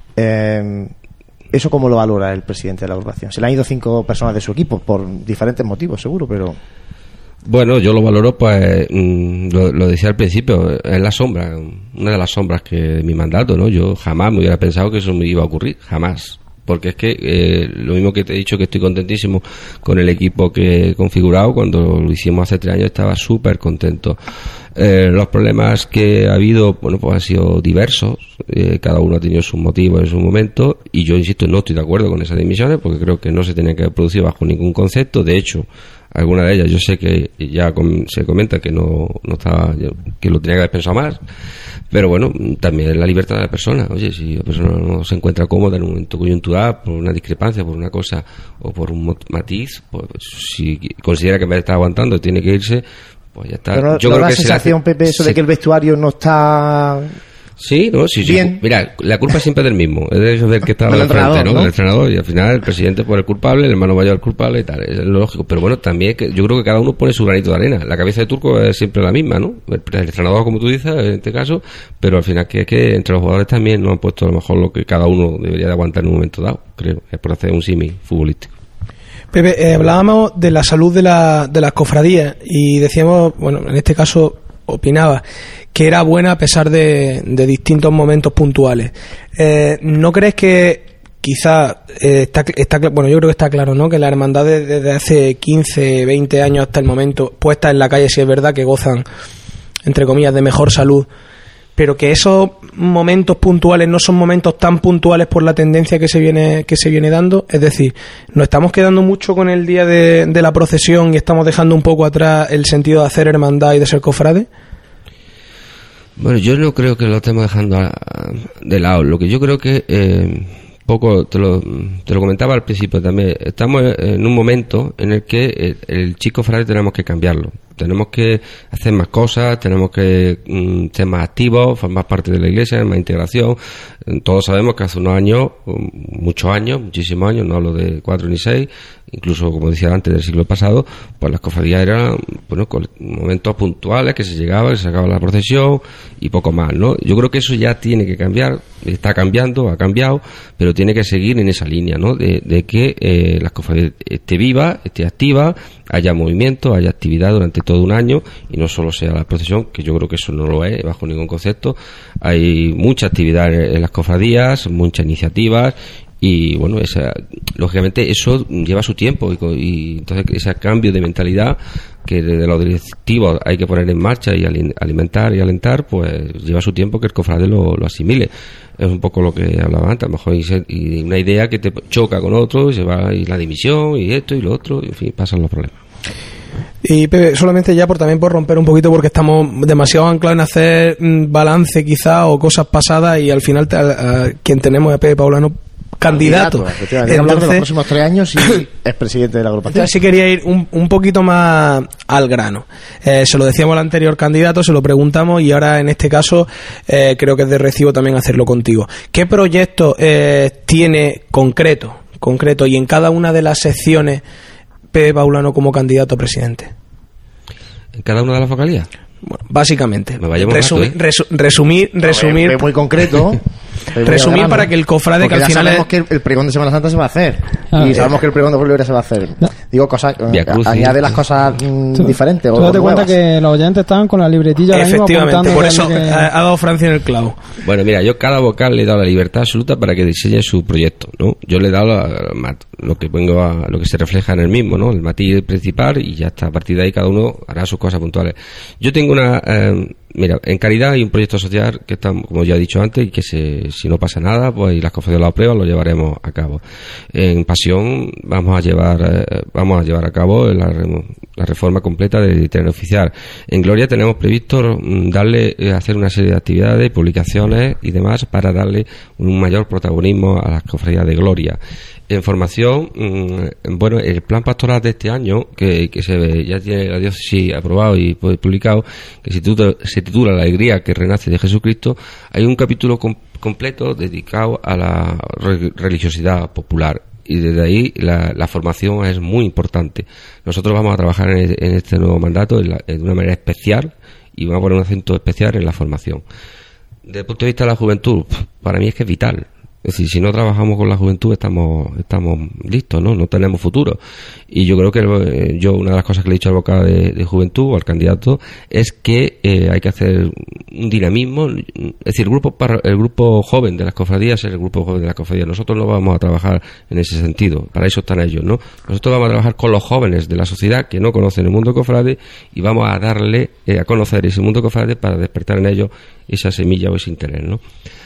Eh, ¿Eso cómo lo valora el presidente de la agrupación? Se le han ido cinco personas de su equipo por diferentes motivos, seguro, pero... Bueno, yo lo valoro, pues, mmm, lo, lo decía al principio, es la sombra, una de las sombras que de mi mandato, ¿no? Yo jamás me hubiera pensado que eso me iba a ocurrir, jamás. Porque es que, eh, lo mismo que te he dicho, que estoy contentísimo con el equipo que he configurado. Cuando lo hicimos hace tres años estaba súper contento. Eh, los problemas que ha habido, bueno, pues han sido diversos. Eh, cada uno ha tenido sus motivos en su momento. Y yo, insisto, no estoy de acuerdo con esas dimisiones, porque creo que no se tenían que haber producido bajo ningún concepto. De hecho, alguna de ellas yo sé que ya com- se comenta que no, no estaba, que lo tenía que haber pensado más. Pero bueno, también es la libertad de la persona. Oye, si la persona no se encuentra cómoda en un momento coyuntural, por una discrepancia, por una cosa o por un matiz, pues si considera que me está aguantando y tiene que irse, pues ya está. Pero no, yo ¿no creo da que sensación, hace, Pepe, eso se, de que el vestuario no está... Sí, no, sí, sí. Bien. Mira, la culpa siempre es del mismo, es del que está Del al frente, ¿no? ¿no? Del entrenador, y al final el presidente por el culpable, el hermano mayor el culpable y tal, es lo lógico. Pero bueno, también que yo creo que cada uno pone su granito de arena. La cabeza de Turco es siempre la misma, ¿no? El, el entrenador, como tú dices, en este caso, pero al final que es que entre los jugadores también no han puesto a lo mejor lo que cada uno debería de aguantar en un momento dado, creo, es por hacer un símil futbolístico. Pepe, eh, hablábamos de la salud de, la, de las cofradías y decíamos, bueno, en este caso opinaba que era buena a pesar de, de distintos momentos puntuales. Eh, ¿No crees que quizá eh, está, está, bueno, yo creo que está claro, ¿no? Que las hermandades desde hace quince, veinte años hasta el momento puestas en la calle, sí es verdad que gozan, entre comillas, de mejor salud, pero que esos momentos puntuales no son momentos tan puntuales por la tendencia que se viene que se viene dando? Es decir, nos estamos quedando mucho con el día de, de la procesión y estamos dejando un poco atrás el sentido de hacer hermandad y de ser cofrade. Bueno, yo no creo que lo estemos dejando a, a, de lado. Lo que yo creo que eh, poco te lo, te lo comentaba al principio también, estamos en un momento en el que el, el chico cofrade tenemos que cambiarlo. Tenemos que hacer más cosas, tenemos que mm, ser más activos, formar parte de la iglesia, más integración. Todos sabemos que hace unos años, muchos años, muchísimos años, no hablo de cuatro ni seis, incluso como decía antes del siglo pasado, pues las cofradías eran, bueno, con momentos puntuales que se llegaba, que se sacaba la procesión y poco más, ¿no? Yo creo que eso ya tiene que cambiar, está cambiando, ha cambiado, pero tiene que seguir en esa línea, ¿no? De, de que eh, las cofradías esté viva, esté activa, haya movimiento, haya actividad durante todo un año y no solo sea la procesión, que yo creo que eso no lo es bajo ningún concepto. Hay mucha actividad en las cofradías, muchas iniciativas y bueno, esa, lógicamente eso lleva su tiempo y, y entonces ese cambio de mentalidad que desde los directivos hay que poner en marcha y alimentar y alentar, pues lleva su tiempo que el cofrade lo, lo asimile. Es un poco lo que hablaba antes, a lo mejor y, y una idea que te choca con otro y se va y la dimisión y esto y lo otro, y en fin, pasan los problemas. Y Pepe, solamente ya por también por romper un poquito, porque estamos demasiado anclados en hacer balance quizá o cosas pasadas y al final te, a, a, quien tenemos es a Pepe Paulano candidato. Efectivamente, hablando de los próximos tres años y es presidente de la agrupación. Sí quería ir un, un poquito más al grano. Eh, se lo decíamos al anterior candidato, se lo preguntamos y ahora en este caso eh, creo que es de recibo también hacerlo contigo. ¿Qué proyecto eh, tiene concreto, concreto y en cada una de las secciones Pepe Paulano como candidato a presidente? ¿En cada una de las vocalías? Bueno, básicamente. Resumir, rato, ¿eh? resu, resumir, resumir. No, muy concreto. Resumir grano, para que el cofrade que al ya final sabemos es... que el, el pregón de Semana Santa se va a hacer ah, y eh. sabemos que el pregón de Julio se va a hacer. No. Digo cosas, eh, añade las cosas mm, tú, diferentes. Tú o date cuenta nuevas. que los oyentes estaban con la libretilla ahora mismo efectivamente, por eso que... ha dado Francia en el clavo. Bueno, mira, yo cada vocal le he dado la libertad absoluta para que diseñe su proyecto, ¿no? Yo le he dado la, lo que pongo a, lo que se refleja en el mismo, ¿no? El matiz principal y ya está. A partir de ahí cada uno hará sus cosas puntuales. Yo tengo una... Eh, Mira, en Caridad hay un proyecto social que está, como ya he dicho antes, y que se, si no pasa nada, pues y las cofradías lo aprueban, lo llevaremos a cabo. En Pasión vamos a llevar, eh, vamos a llevar a cabo la, la reforma completa del itinerario oficial. En Gloria tenemos previsto darle, eh, hacer una serie de actividades, publicaciones y demás para darle un mayor protagonismo a las cofradías de Gloria. En formación, mmm, bueno, el plan pastoral de este año, que, que se ya tiene la diócesis aprobado y publicado, que se titula, se titula La alegría que renace de Jesucristo, hay un capítulo com- completo dedicado a la re- religiosidad popular. Y desde ahí la, la formación es muy importante. Nosotros vamos a trabajar en, en este nuevo mandato de, la, de una manera especial y vamos a poner un acento especial en la formación. Desde el punto de vista de la juventud, para mí es que es vital. Es decir, si no trabajamos con la juventud estamos estamos listos, ¿no? No tenemos futuro. Y yo creo que eh, yo una de las cosas que le he dicho al vocal de, de juventud o al candidato es que eh, hay que hacer un dinamismo. Es decir, el grupo para, el grupo joven de las cofradías es el grupo joven de las cofradías. Nosotros no vamos a trabajar en ese sentido. Para eso están ellos, ¿no? Nosotros vamos a trabajar con los jóvenes de la sociedad que no conocen el mundo cofrade y vamos a darle eh, a conocer ese mundo cofrade para despertar en ellos esa semilla o ese interés, ¿no?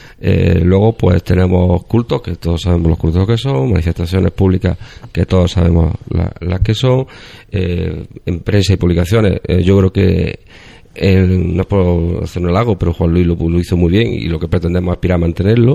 Eh, luego pues tenemos cultos, que todos sabemos los cultos que son, manifestaciones públicas que todos sabemos la, las que son, eh, en prensa y publicaciones, eh, yo creo que eh, no es por hacer un halago, pero Juan Luis lo, lo hizo muy bien y lo que pretendemos es aspirar a mantenerlo.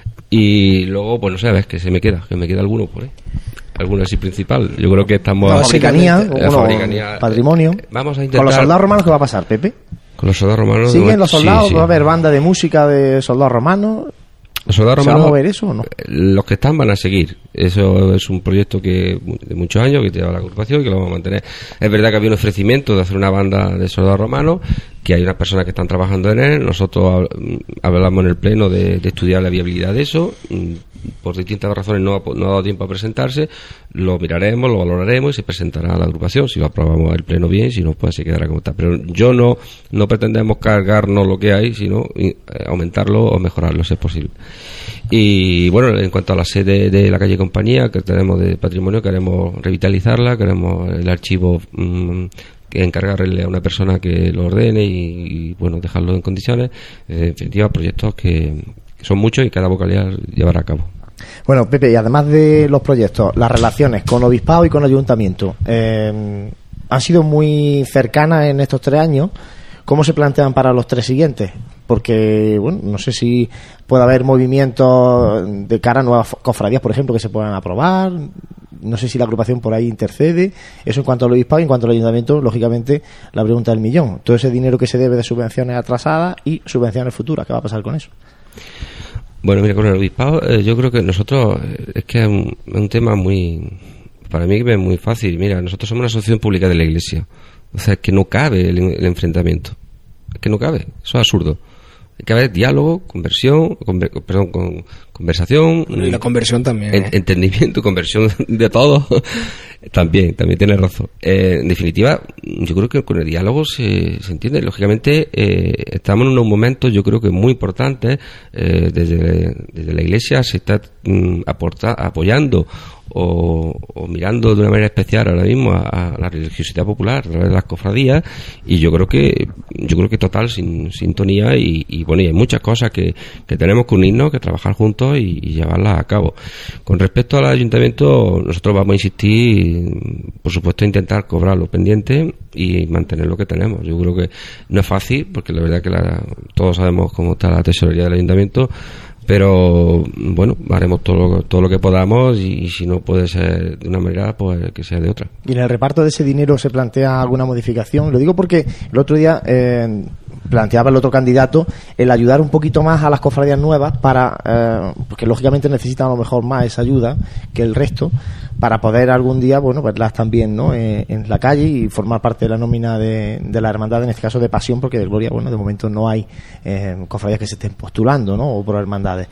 Y luego pues no sé, a ver, que se me queda, que me queda alguno por ahí. Alguno así principal. Yo creo que estamos... La fabricanía, eh, la fabricanía, patrimonio. Eh, vamos a intentar... ¿Con los soldados romanos qué va a pasar, Pepe? Con los soldados romanos... ¿Siguen los soldados? Sí, sí. ¿Va a haber banda de música de soldados romanos? Los soldados ¿Se romanos, va a mover eso o no? Los que están van a seguir. Eso es un proyecto que de muchos años que lleva la agrupación y que lo vamos a mantener. Es verdad que había un ofrecimiento de hacer una banda de soldados romanos, que hay unas personas que están trabajando en él. Nosotros hablamos en el pleno de, de estudiar la viabilidad de eso. Por distintas razones no ha, no ha dado tiempo a presentarse. Lo miraremos, lo valoraremos y se presentará a la agrupación. Si lo aprobamos el pleno bien, si no, pues se quedará como está. Pero yo no, no pretendemos cargarnos lo que hay, sino eh, aumentarlo o mejorarlo si es posible. Y bueno, en cuanto a la sede de la calle Compañía que tenemos de patrimonio, queremos revitalizarla, queremos el archivo mmm, encargarle a una persona que lo ordene y, y bueno, dejarlo en condiciones. En definitiva, proyectos que, que son muchos y cada vocalidad llevará a cabo. Bueno, Pepe, y además de los proyectos, las relaciones con obispado y con ayuntamiento eh, han sido muy cercanas en estos tres años. ¿Cómo se plantean para los tres siguientes? Porque, bueno, no sé si puede haber movimientos de cara a nuevas cofradías, por ejemplo, que se puedan aprobar. No sé si la agrupación por ahí intercede. Eso en cuanto al obispado y en cuanto al ayuntamiento, lógicamente, la pregunta del millón. Todo ese dinero que se debe de subvenciones atrasadas y subvenciones futuras, ¿qué va a pasar con eso? Bueno, mira, con el obispado, eh, yo creo que nosotros, eh, es que es un, un tema muy, para mí es muy fácil. Mira, nosotros somos una asociación pública de la Iglesia. O sea, es que no cabe el, el enfrentamiento. Es que no cabe. Eso es absurdo. Hay que haber diálogo, conversión, conver, perdón, con, conversación. Y la conversión también. En, ¿eh? Entendimiento, conversión de todo. También, también tienes razón. Eh, en definitiva, yo creo que con el diálogo se, se entiende. Lógicamente, eh, estamos en unos momentos, yo creo que muy importantes. Eh, desde, desde la Iglesia se está mm, aporta, apoyando o, o mirando de una manera especial ahora mismo a, a la religiosidad popular a través de las cofradías, y yo creo que yo creo que total sin, sintonía y, y bueno, y hay muchas cosas que, que tenemos que unirnos, que trabajar juntos y, y llevarlas a cabo. Con respecto al ayuntamiento, nosotros vamos a insistir, por supuesto, a intentar cobrar lo pendiente y mantener lo que tenemos. Yo creo que no es fácil, porque la verdad que la, todos sabemos cómo está la tesorería del ayuntamiento, pero bueno, haremos todo lo, todo lo que podamos, y, y si no puede ser de una manera, pues que sea de otra. ¿Y en el reparto de ese dinero se plantea alguna modificación? Lo digo porque el otro día eh, planteaba el otro candidato el ayudar un poquito más a las cofradías nuevas para, eh, porque lógicamente necesitan a lo mejor más esa ayuda que el resto, para poder algún día, bueno, verlas también, ¿no?, eh, en la calle y formar parte de la nómina de, de la hermandad, en este caso de Pasión, porque de Gloria, bueno, de momento no hay eh, cofradías que se estén postulando, ¿no?, o por hermandades.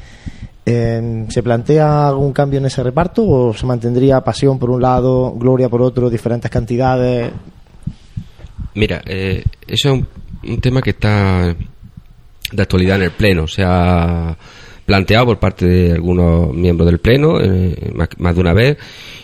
Eh, ¿Se plantea algún cambio en ese reparto o se mantendría Pasión por un lado, Gloria por otro, diferentes cantidades? Mira, eh, eso es un, un tema que está de actualidad en el Pleno. Se ha planteado por parte de algunos miembros del Pleno eh, más, más de una vez,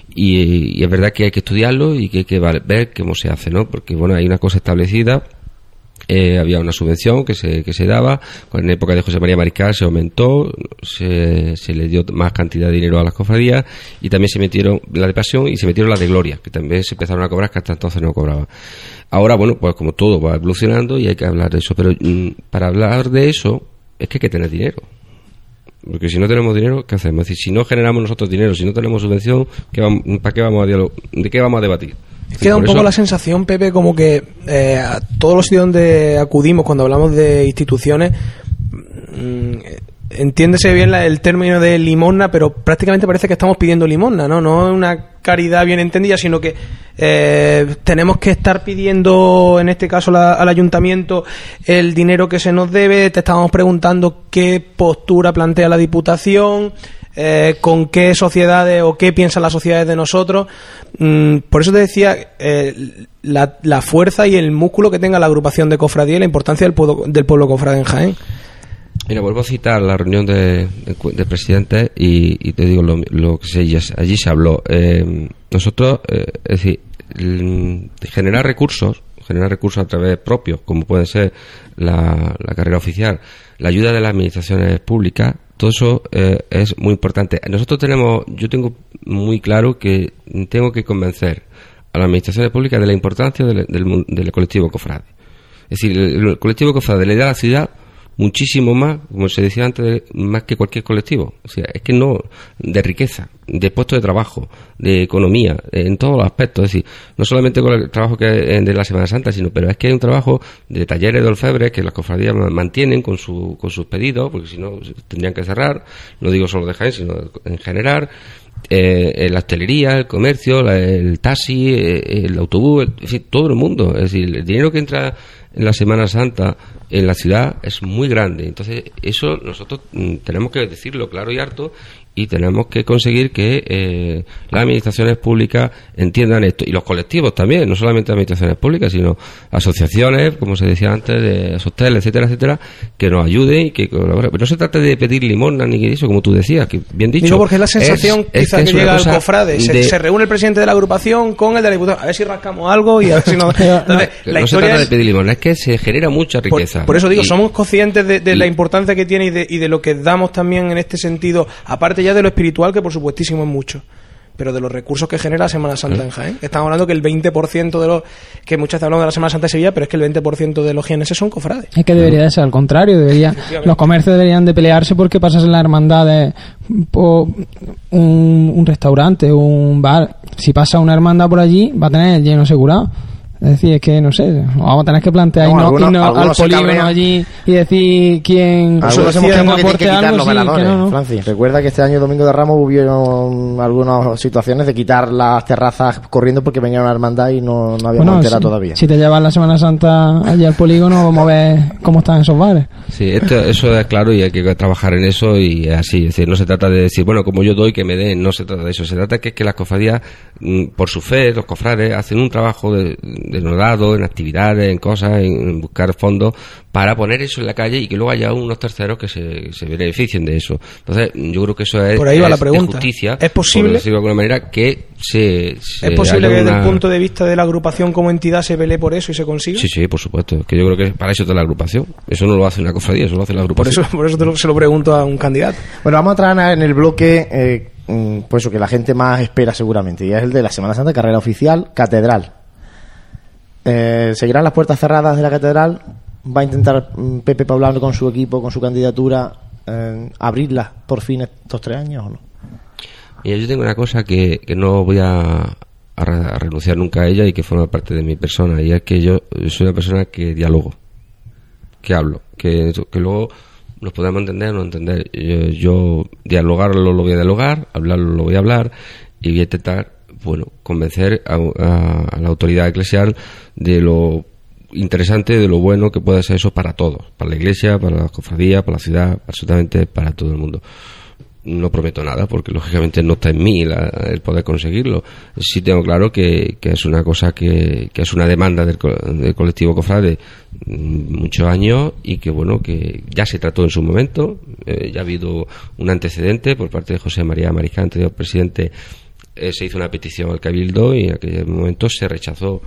y, y es verdad que hay que estudiarlo y que hay que ver cómo se hace, ¿no? Porque bueno, hay una cosa establecida. Eh, había una subvención que se que se daba, en la época de José María Mariscal se aumentó, se, se le dio más cantidad de dinero a las cofradías, y también se metieron la de Pasión y se metieron las de Gloria, que también se empezaron a cobrar, que hasta entonces no cobraban. Ahora, bueno, pues como todo va evolucionando y hay que hablar de eso, pero mmm, para hablar de eso es que hay que tener dinero. Porque si no tenemos dinero, ¿qué hacemos? Es decir, si no generamos nosotros dinero, si no tenemos subvención, ¿qué vamos, ¿para qué vamos a dialogar? ¿De qué vamos a debatir? Queda un poco eso... la sensación, Pepe, como que eh, a todos los sitios donde acudimos cuando hablamos de instituciones, mmm, entiéndese bien la, el término de limosna, pero prácticamente parece que estamos pidiendo limosna, ¿no? No es una caridad bien entendida, sino que eh, tenemos que estar pidiendo, en este caso la, al ayuntamiento, el dinero que se nos debe. Te estábamos preguntando qué postura plantea la Diputación, Eh, con qué sociedades o qué piensan las sociedades de nosotros. Mm, por eso te decía eh, la, la fuerza y el músculo que tenga la agrupación de cofradía y la importancia del pueblo, del pueblo cofrade en Jaén. Mira, vuelvo a citar la reunión de, de, de presidentes y, y te digo lo, lo que se, allí se habló. Eh, nosotros, eh, es decir, generar recursos, generar recursos a través propios, como puede ser la, la carrera oficial, la ayuda de las administraciones públicas, todo eso eh, es muy importante. Nosotros tenemos, yo tengo muy claro que tengo que convencer a las administraciones públicas de la importancia del, del, del colectivo cofrade. Es decir, el, el colectivo cofrade le da a la ciudad muchísimo más, como se decía antes, más que cualquier colectivo. O sea, es que no, de riqueza, de puestos de trabajo, de economía, en todos los aspectos. Es decir, no solamente con el trabajo que hay de la Semana Santa, sino, pero es que hay un trabajo de talleres de orfebres que las cofradías mantienen con su, con sus pedidos, porque si no tendrían que cerrar. No digo solo de Jaén, sino en general. Eh, la hostelería, el comercio, la, el taxi, eh, el autobús, el, en fin, todo el mundo. Es decir, el dinero que entra en la Semana Santa en la ciudad es muy grande. Entonces, eso nosotros mm, tenemos que decirlo claro y harto, y tenemos que conseguir que eh, las administraciones públicas entiendan esto, y los colectivos también, no solamente administraciones públicas, sino asociaciones, como se decía antes, de hoteles, etcétera, etcétera, que nos ayuden y que colaboren. Pero no se trata de pedir limosna ni eso, como tú decías, que bien dicho. Digo, porque es la sensación es, quizá es que, que llega al cofrade, se, de... se reúne el presidente de la agrupación con el de la Diputación, a ver si rascamos algo y a ver si no... Entonces, no, la no historia se trata es... de pedir limosna, es que se genera mucha riqueza. Por, por eso digo, y, somos conscientes de, de y, la importancia que tiene y de, y de lo que damos también en este sentido, aparte ya de lo espiritual, que por supuestísimo es mucho, pero de los recursos que genera la Semana Santa ¿Eh? en Jaén. Estamos hablando que el veinte por ciento de los, que muchas veces hablamos de la Semana Santa de Sevilla, pero es que el veinte por ciento de los jienenses son cofrades. Es que debería de ser al contrario, debería, los comercios deberían de pelearse porque pasas en las hermandades por un, un restaurante, un bar, si pasa una hermandad por allí va a tener el lleno asegurado. Es decir, es que no sé, vamos a tener que plantear no, irnos, algunos, irnos algunos al polígono allí y decir quién nosotros hemos quién tenido que aporte quitar algo, los sí, veladores, que no, no. Francis. Recuerda que este año Domingo de Ramos hubieron algunas situaciones de quitar las terrazas corriendo porque venía una hermandad y no, no había Bueno, montera si, todavía. Si te llevas la Semana Santa allí al polígono, vamos a ver cómo están esos bares. Sí, esto, eso es claro y hay que trabajar en eso y es así. Es decir, no se trata de decir, bueno, como yo doy, que me den, no se trata de eso. Se trata de que, es que las cofradías, por su fe, los cofrades, hacen un trabajo de, de nodado, en actividades, en cosas, en buscar fondos para poner eso en la calle y que luego haya unos terceros que se, se beneficien de eso. Entonces, yo creo que eso es, por ahí va es la pregunta. de justicia. ¿Es posible? Por decirlo de alguna manera, que se, se ¿Es posible que una... desde el punto de vista de la agrupación como entidad se pelee por eso y se consiga? Sí, sí, por supuesto. Que yo creo que para eso está la agrupación. Eso no lo hace una cofradía, eso lo hace la agrupación. Por eso, por eso te lo, se lo pregunto a un candidato. Bueno, vamos a entrar en el bloque, eh, pues eso que la gente más espera seguramente, y es el de la Semana Santa, carrera oficial, catedral. Eh, ¿Seguirán las puertas cerradas de la catedral? ¿Va a intentar mm, Pepe Paulano con su equipo, con su candidatura, eh, abrirlas por fin estos tres años o no? Mira, yo tengo una cosa que, que no voy a, a, a renunciar nunca a ella y que forma parte de mi persona, y es que yo soy una persona que dialogo, que hablo, que, que luego nos podemos entender o no entender. Yo, yo dialogarlo lo voy a dialogar, hablarlo lo voy a hablar, y voy a intentar, bueno, convencer a, a, a la autoridad eclesial de lo interesante, de lo bueno que puede ser eso para todos, para la iglesia, para las cofradías, para la ciudad, absolutamente para todo el mundo. No prometo nada porque lógicamente no está en mí la, el poder conseguirlo. Sí tengo claro que, que es una cosa que, que es una demanda del, del colectivo cofrade muchos años y que bueno, que ya se trató en su momento. Eh, ya ha habido un antecedente por parte de José María Mariscal, anterior presidente. Eh, se hizo una petición al Cabildo y en aquel momento se rechazó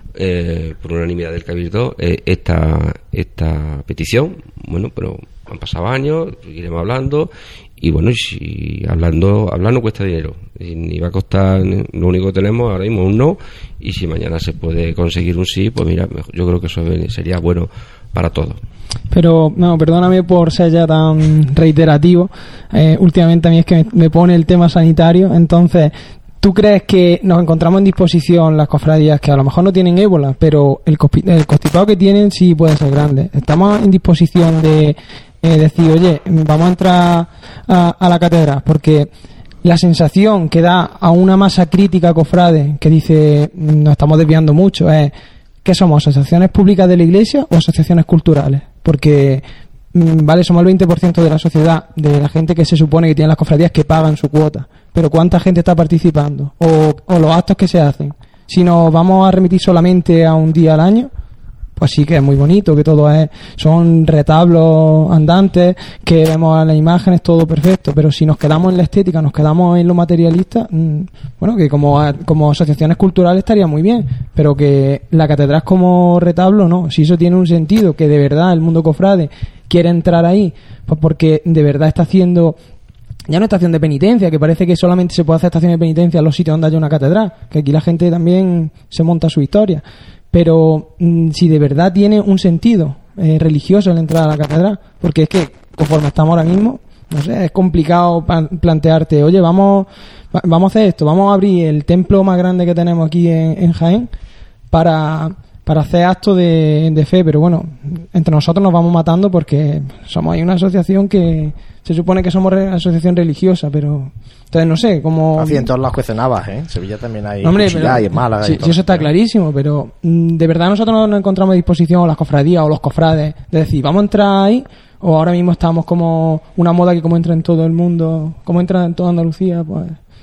eh, por unanimidad del Cabildo eh, esta esta petición. Bueno, pero han pasado años, iremos hablando. Y bueno, si hablando hablando cuesta dinero, y ni va a costar, lo único que tenemos ahora mismo es un no, y si mañana se puede conseguir un sí, pues mira, yo creo que eso sería bueno para todos. Pero, no, perdóname por ser ya tan reiterativo, eh, últimamente a mí es que me, me pone el tema sanitario, entonces, ¿tú crees que nos encontramos en disposición las cofradías que a lo mejor no tienen ébola, pero el, el constipado que tienen sí puede ser grande? ¿Estamos en disposición de Eh, decir, oye, vamos a entrar a, a la catedral? Porque la sensación que da a una masa crítica cofrade que dice nos estamos desviando mucho es que somos asociaciones públicas de la iglesia o asociaciones culturales, porque vale, somos el veinte por ciento de la sociedad, de la gente que se supone que tiene las cofradías que pagan su cuota, pero ¿cuánta gente está participando? O, o los actos que se hacen. Si nos vamos a remitir solamente a un día al año, pues sí que es muy bonito, que todo es, son retablos andantes, que vemos las imágenes, todo perfecto, pero si nos quedamos en la estética, nos quedamos en lo materialista, mmm, bueno, que como, como asociaciones culturales estaría muy bien, pero que la catedral como retablo, no, si eso tiene un sentido, que de verdad el mundo cofrade quiere entrar ahí, pues porque de verdad está haciendo ya no estación de penitencia, que parece que solamente se puede hacer estación de penitencia en los sitios donde haya una catedral, que aquí la gente también se monta su historia. Pero mmm, si de verdad tiene un sentido eh, religioso el entrar a la catedral, porque es que conforme estamos ahora mismo, no sé, es complicado pa- plantearte, oye, vamos va- vamos a hacer esto, vamos a abrir el templo más grande que tenemos aquí en, en Jaén para, para hacer actos de, de fe, pero bueno, entre nosotros nos vamos matando porque somos ahí una asociación que se supone que somos re- asociación religiosa, pero entonces no sé, como... Así en todos lados cuecen habas, ¿eh? En Sevilla también hay Hombre, cuchillas pero, y en Málaga. sí, y todo. sí, eso está clarísimo, pero mm, de verdad nosotros no nos encontramos a disposición, o las cofradías o los cofrades, de decir, vamos a entrar ahí, o ahora mismo estamos como una moda que como entra en todo el mundo, como entra en toda Andalucía, pues...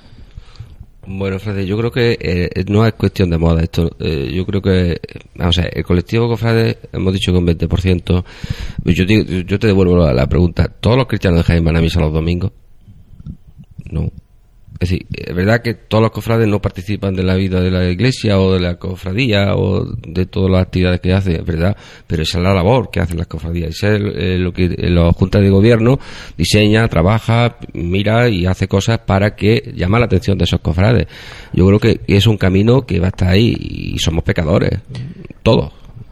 Bueno, Frade, yo creo que eh, no es cuestión de moda esto. Eh, yo creo que, vamos a ver, el colectivo cofrade, hemos dicho que un veinte por ciento. Yo te, yo te devuelvo la, la pregunta. ¿Todos los cristianos de Jaén van a misa los domingos? No. Es decir, es verdad que todos los cofrades no participan de la vida de la iglesia o de la cofradía o de todas las actividades que hacen, es verdad, pero esa es la labor que hacen las cofradías. Esa es eh, lo que eh, la Junta de Gobierno diseña, trabaja, mira y hace cosas para que llama la atención de esos cofrades. Yo creo que es un camino que va a estar ahí y somos pecadores, todos.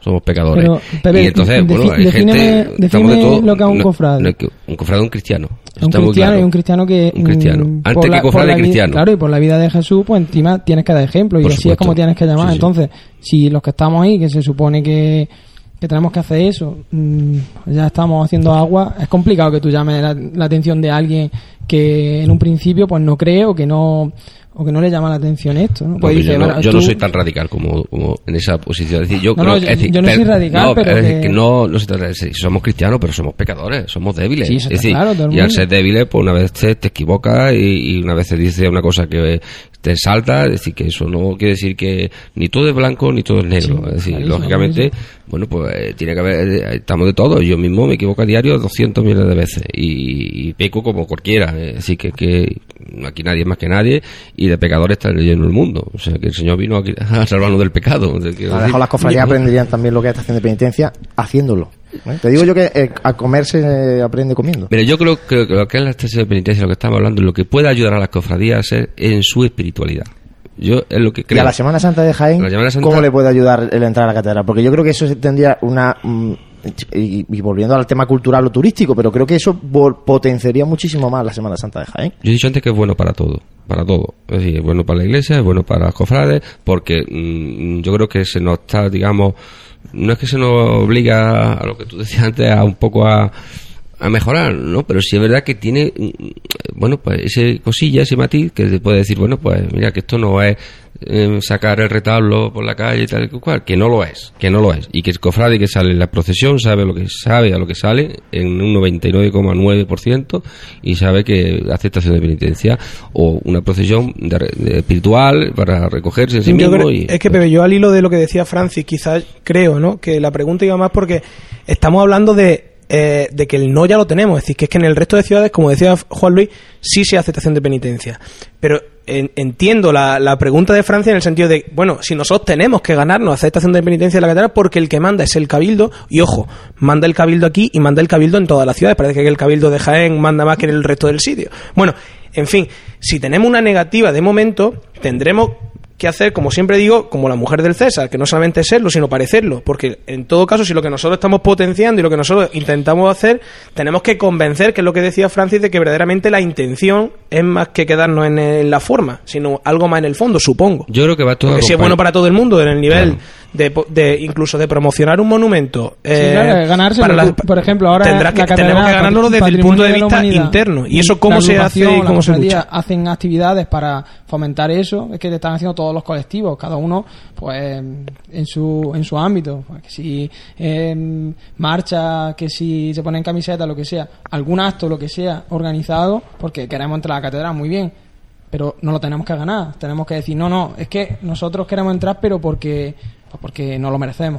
somos pecadores. Pero, Pepe, y entonces, defi- bueno, hay defíneme, gente... defíneme de todo, lo que es un no, cofrade. no, un cofrade es un cristiano. Un Está muy cristiano claro. y un cristiano que... Un cristiano. mm, Antes por que la- cofrade, por la vi- cristiano. Claro, y por la vida de Jesús, pues encima tienes que dar ejemplo. Y Por así supuesto. es como tienes que llamar. Sí, sí. Entonces, si los que estamos ahí, que se supone que, que tenemos que hacer eso, mmm, ya estamos haciendo agua, es complicado que tú llames la, la atención de alguien que en un principio pues no cree o que no... o que no le llama la atención esto, ¿no? Pues Bueno, dice, yo no, bueno, yo tú- no soy tan radical como, como en esa posición. Es decir, yo No, creo no, es yo- decir, yo no soy radical, no, pero es decir, que- que no, no se trata de ser- somos cristianos, pero somos pecadores, somos débiles. Sí, eso es está decir, claro, todo el y al mundo. ser débiles, pues una vez te, te equivocas y, y una vez te dice una cosa que te salta, es decir, que eso no quiere decir que ni todo es blanco ni todo es negro. Sí, es decir, clarísimo, lógicamente, clarísimo. bueno, pues eh, tiene que haber, eh, estamos de todo. Yo mismo me equivoco a diario doscientos millones de veces y, y peco como cualquiera. Es decir, que, que aquí nadie es más que nadie y de pecadores está lleno el mundo. O sea, que el Señor vino aquí a salvarnos del pecado. O sea, quiero A lo decir- mejor las cofradías aprenderían también lo que es estación de penitencia haciéndolo. ¿eh? Te digo yo que eh, a comer se aprende comiendo. Mira, yo creo que lo que es la estación de penitencia, lo que estamos hablando, lo que puede ayudar a las cofradías a ser en su espiritualidad. Yo es lo que creo. Y a la Semana Santa de Jaén, La Semana Santa- ¿cómo le puede ayudar el entrar a la catedral? Porque yo creo que eso tendría una... mm, y, y volviendo al tema cultural o turístico, pero creo que eso vol- potenciaría muchísimo más la Semana Santa de Jaén. Yo he dicho antes que es bueno para todo, para todo. Es decir, es bueno para la iglesia, es bueno para las cofrades, porque mmm, yo creo que se nos está, digamos, no es que se nos obliga a lo que tú decías antes, a un poco a, a mejorar, ¿no? Pero sí es verdad que tiene, mm, bueno, pues ese cosilla, ese matiz, que se puede decir, bueno, pues mira, que esto no es eh, sacar el retablo por la calle y tal y cual, que no lo es, que no lo es. Y que el cofrade que sale en la procesión sabe lo que sabe, a lo que sale, en un noventa y nueve coma nueve por ciento, y sabe que hace estación de penitencia o una procesión de, de espiritual para recogerse en sí Yo mismo. creo- y, es que, Pepe, yo al hilo de lo que decía Francis, quizás creo, ¿no? Que la pregunta iba más porque estamos hablando de eh, de que el no ya lo tenemos, es decir, que es que en el resto de ciudades, como decía Juan Luis, sí se hace estación de penitencia. Pero en, entiendo la, la pregunta de Francia en el sentido de, bueno, si nosotros tenemos que ganarnos hacer estación de penitencia en la catedral porque el que manda es el cabildo, y ojo, manda el cabildo aquí y manda el cabildo en todas las ciudades, parece que el cabildo de Jaén manda más que en el resto del sitio. Bueno, en fin, si tenemos una negativa de momento, tendremos que hacer, como siempre digo, como la mujer del César, que no solamente es serlo, sino parecerlo, porque en todo caso, si lo que nosotros estamos potenciando y lo que nosotros intentamos hacer, tenemos que convencer, que es lo que decía Francis, de que verdaderamente la intención es más que quedarnos en, en la forma, sino algo más en el fondo, supongo. Yo creo que va todo Porque si es acompañado. bueno para todo el mundo, en el nivel Claro. de, po- de incluso de promocionar un monumento, eh, claro, ganárselo. para la- Por ejemplo, ahora tendrás que, la catedral, tenemos que ganárnoslo desde el punto de Patrimonio la vista Humanidad, interno. ¿Y eso cómo la se hace y agrupación, cómo la se cofradía lucha? hacen actividades para fomentar eso, es que te están haciendo todos los colectivos, cada uno pues en su en su ámbito, pues, que si eh, marcha, que si se ponen camiseta, lo que sea, algún acto, lo que sea, organizado, porque queremos entrar a la catedral, muy bien, pero no lo tenemos que ganar, tenemos que decir, no, no, es que nosotros queremos entrar, pero porque, pues porque no lo merecemos.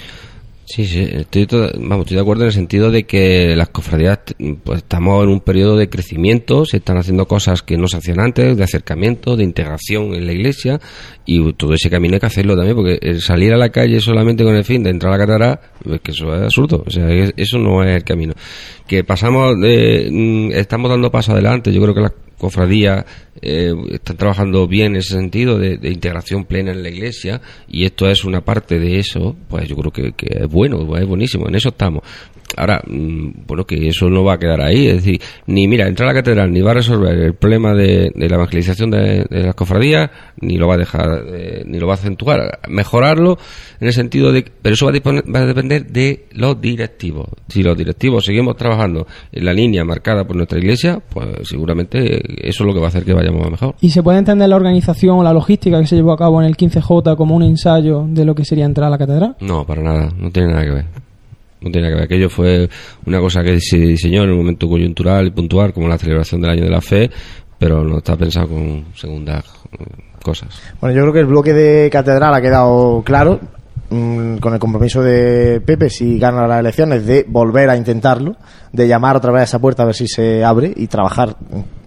Sí, sí, estoy, todo- vamos, estoy de acuerdo en el sentido de que las cofradías, pues estamos en un periodo de crecimiento, se están haciendo cosas que no se hacían antes, de acercamiento, de integración en la iglesia, y todo ese camino hay que hacerlo también, porque el salir a la calle solamente con el fin de entrar a la catedral, es que eso es absurdo, o sea, es- eso no es el camino. Que pasamos de, mm, estamos dando paso adelante, yo creo que las cofradías eh, están trabajando bien en ese sentido de, de integración plena en la iglesia, y esto es una parte de eso, pues yo creo que, que es bueno, es buenísimo, en eso estamos. Ahora, mmm, bueno, que eso no va a quedar ahí, es decir, ni mira, entrar a la catedral ni va a resolver el problema de, de la evangelización de, de las cofradías, ni lo va a dejar, eh, ni lo va a acentuar, mejorarlo en el sentido de, pero eso va a, disponer, va a depender de los directivos. Si los directivos seguimos trabajando en la línea marcada por nuestra iglesia, pues seguramente eso es lo que va a hacer que vayamos a mejor. ¿Y se puede entender la organización o la logística que se llevó a cabo en el quince J como un ensayo de lo que sería entrar a la catedral? No, para nada, no tiene nada que ver. No tiene nada que ver. Aquello fue una cosa que se diseñó en un momento coyuntural y puntual, como la celebración del Año de la Fe, pero no está pensado con segundas eh, cosas. Bueno, yo creo que el bloque de catedral ha quedado claro, mmm, con el compromiso de Pepe, si gana las elecciones, de volver a intentarlo, de llamar otra vez a esa puerta a ver si se abre y trabajar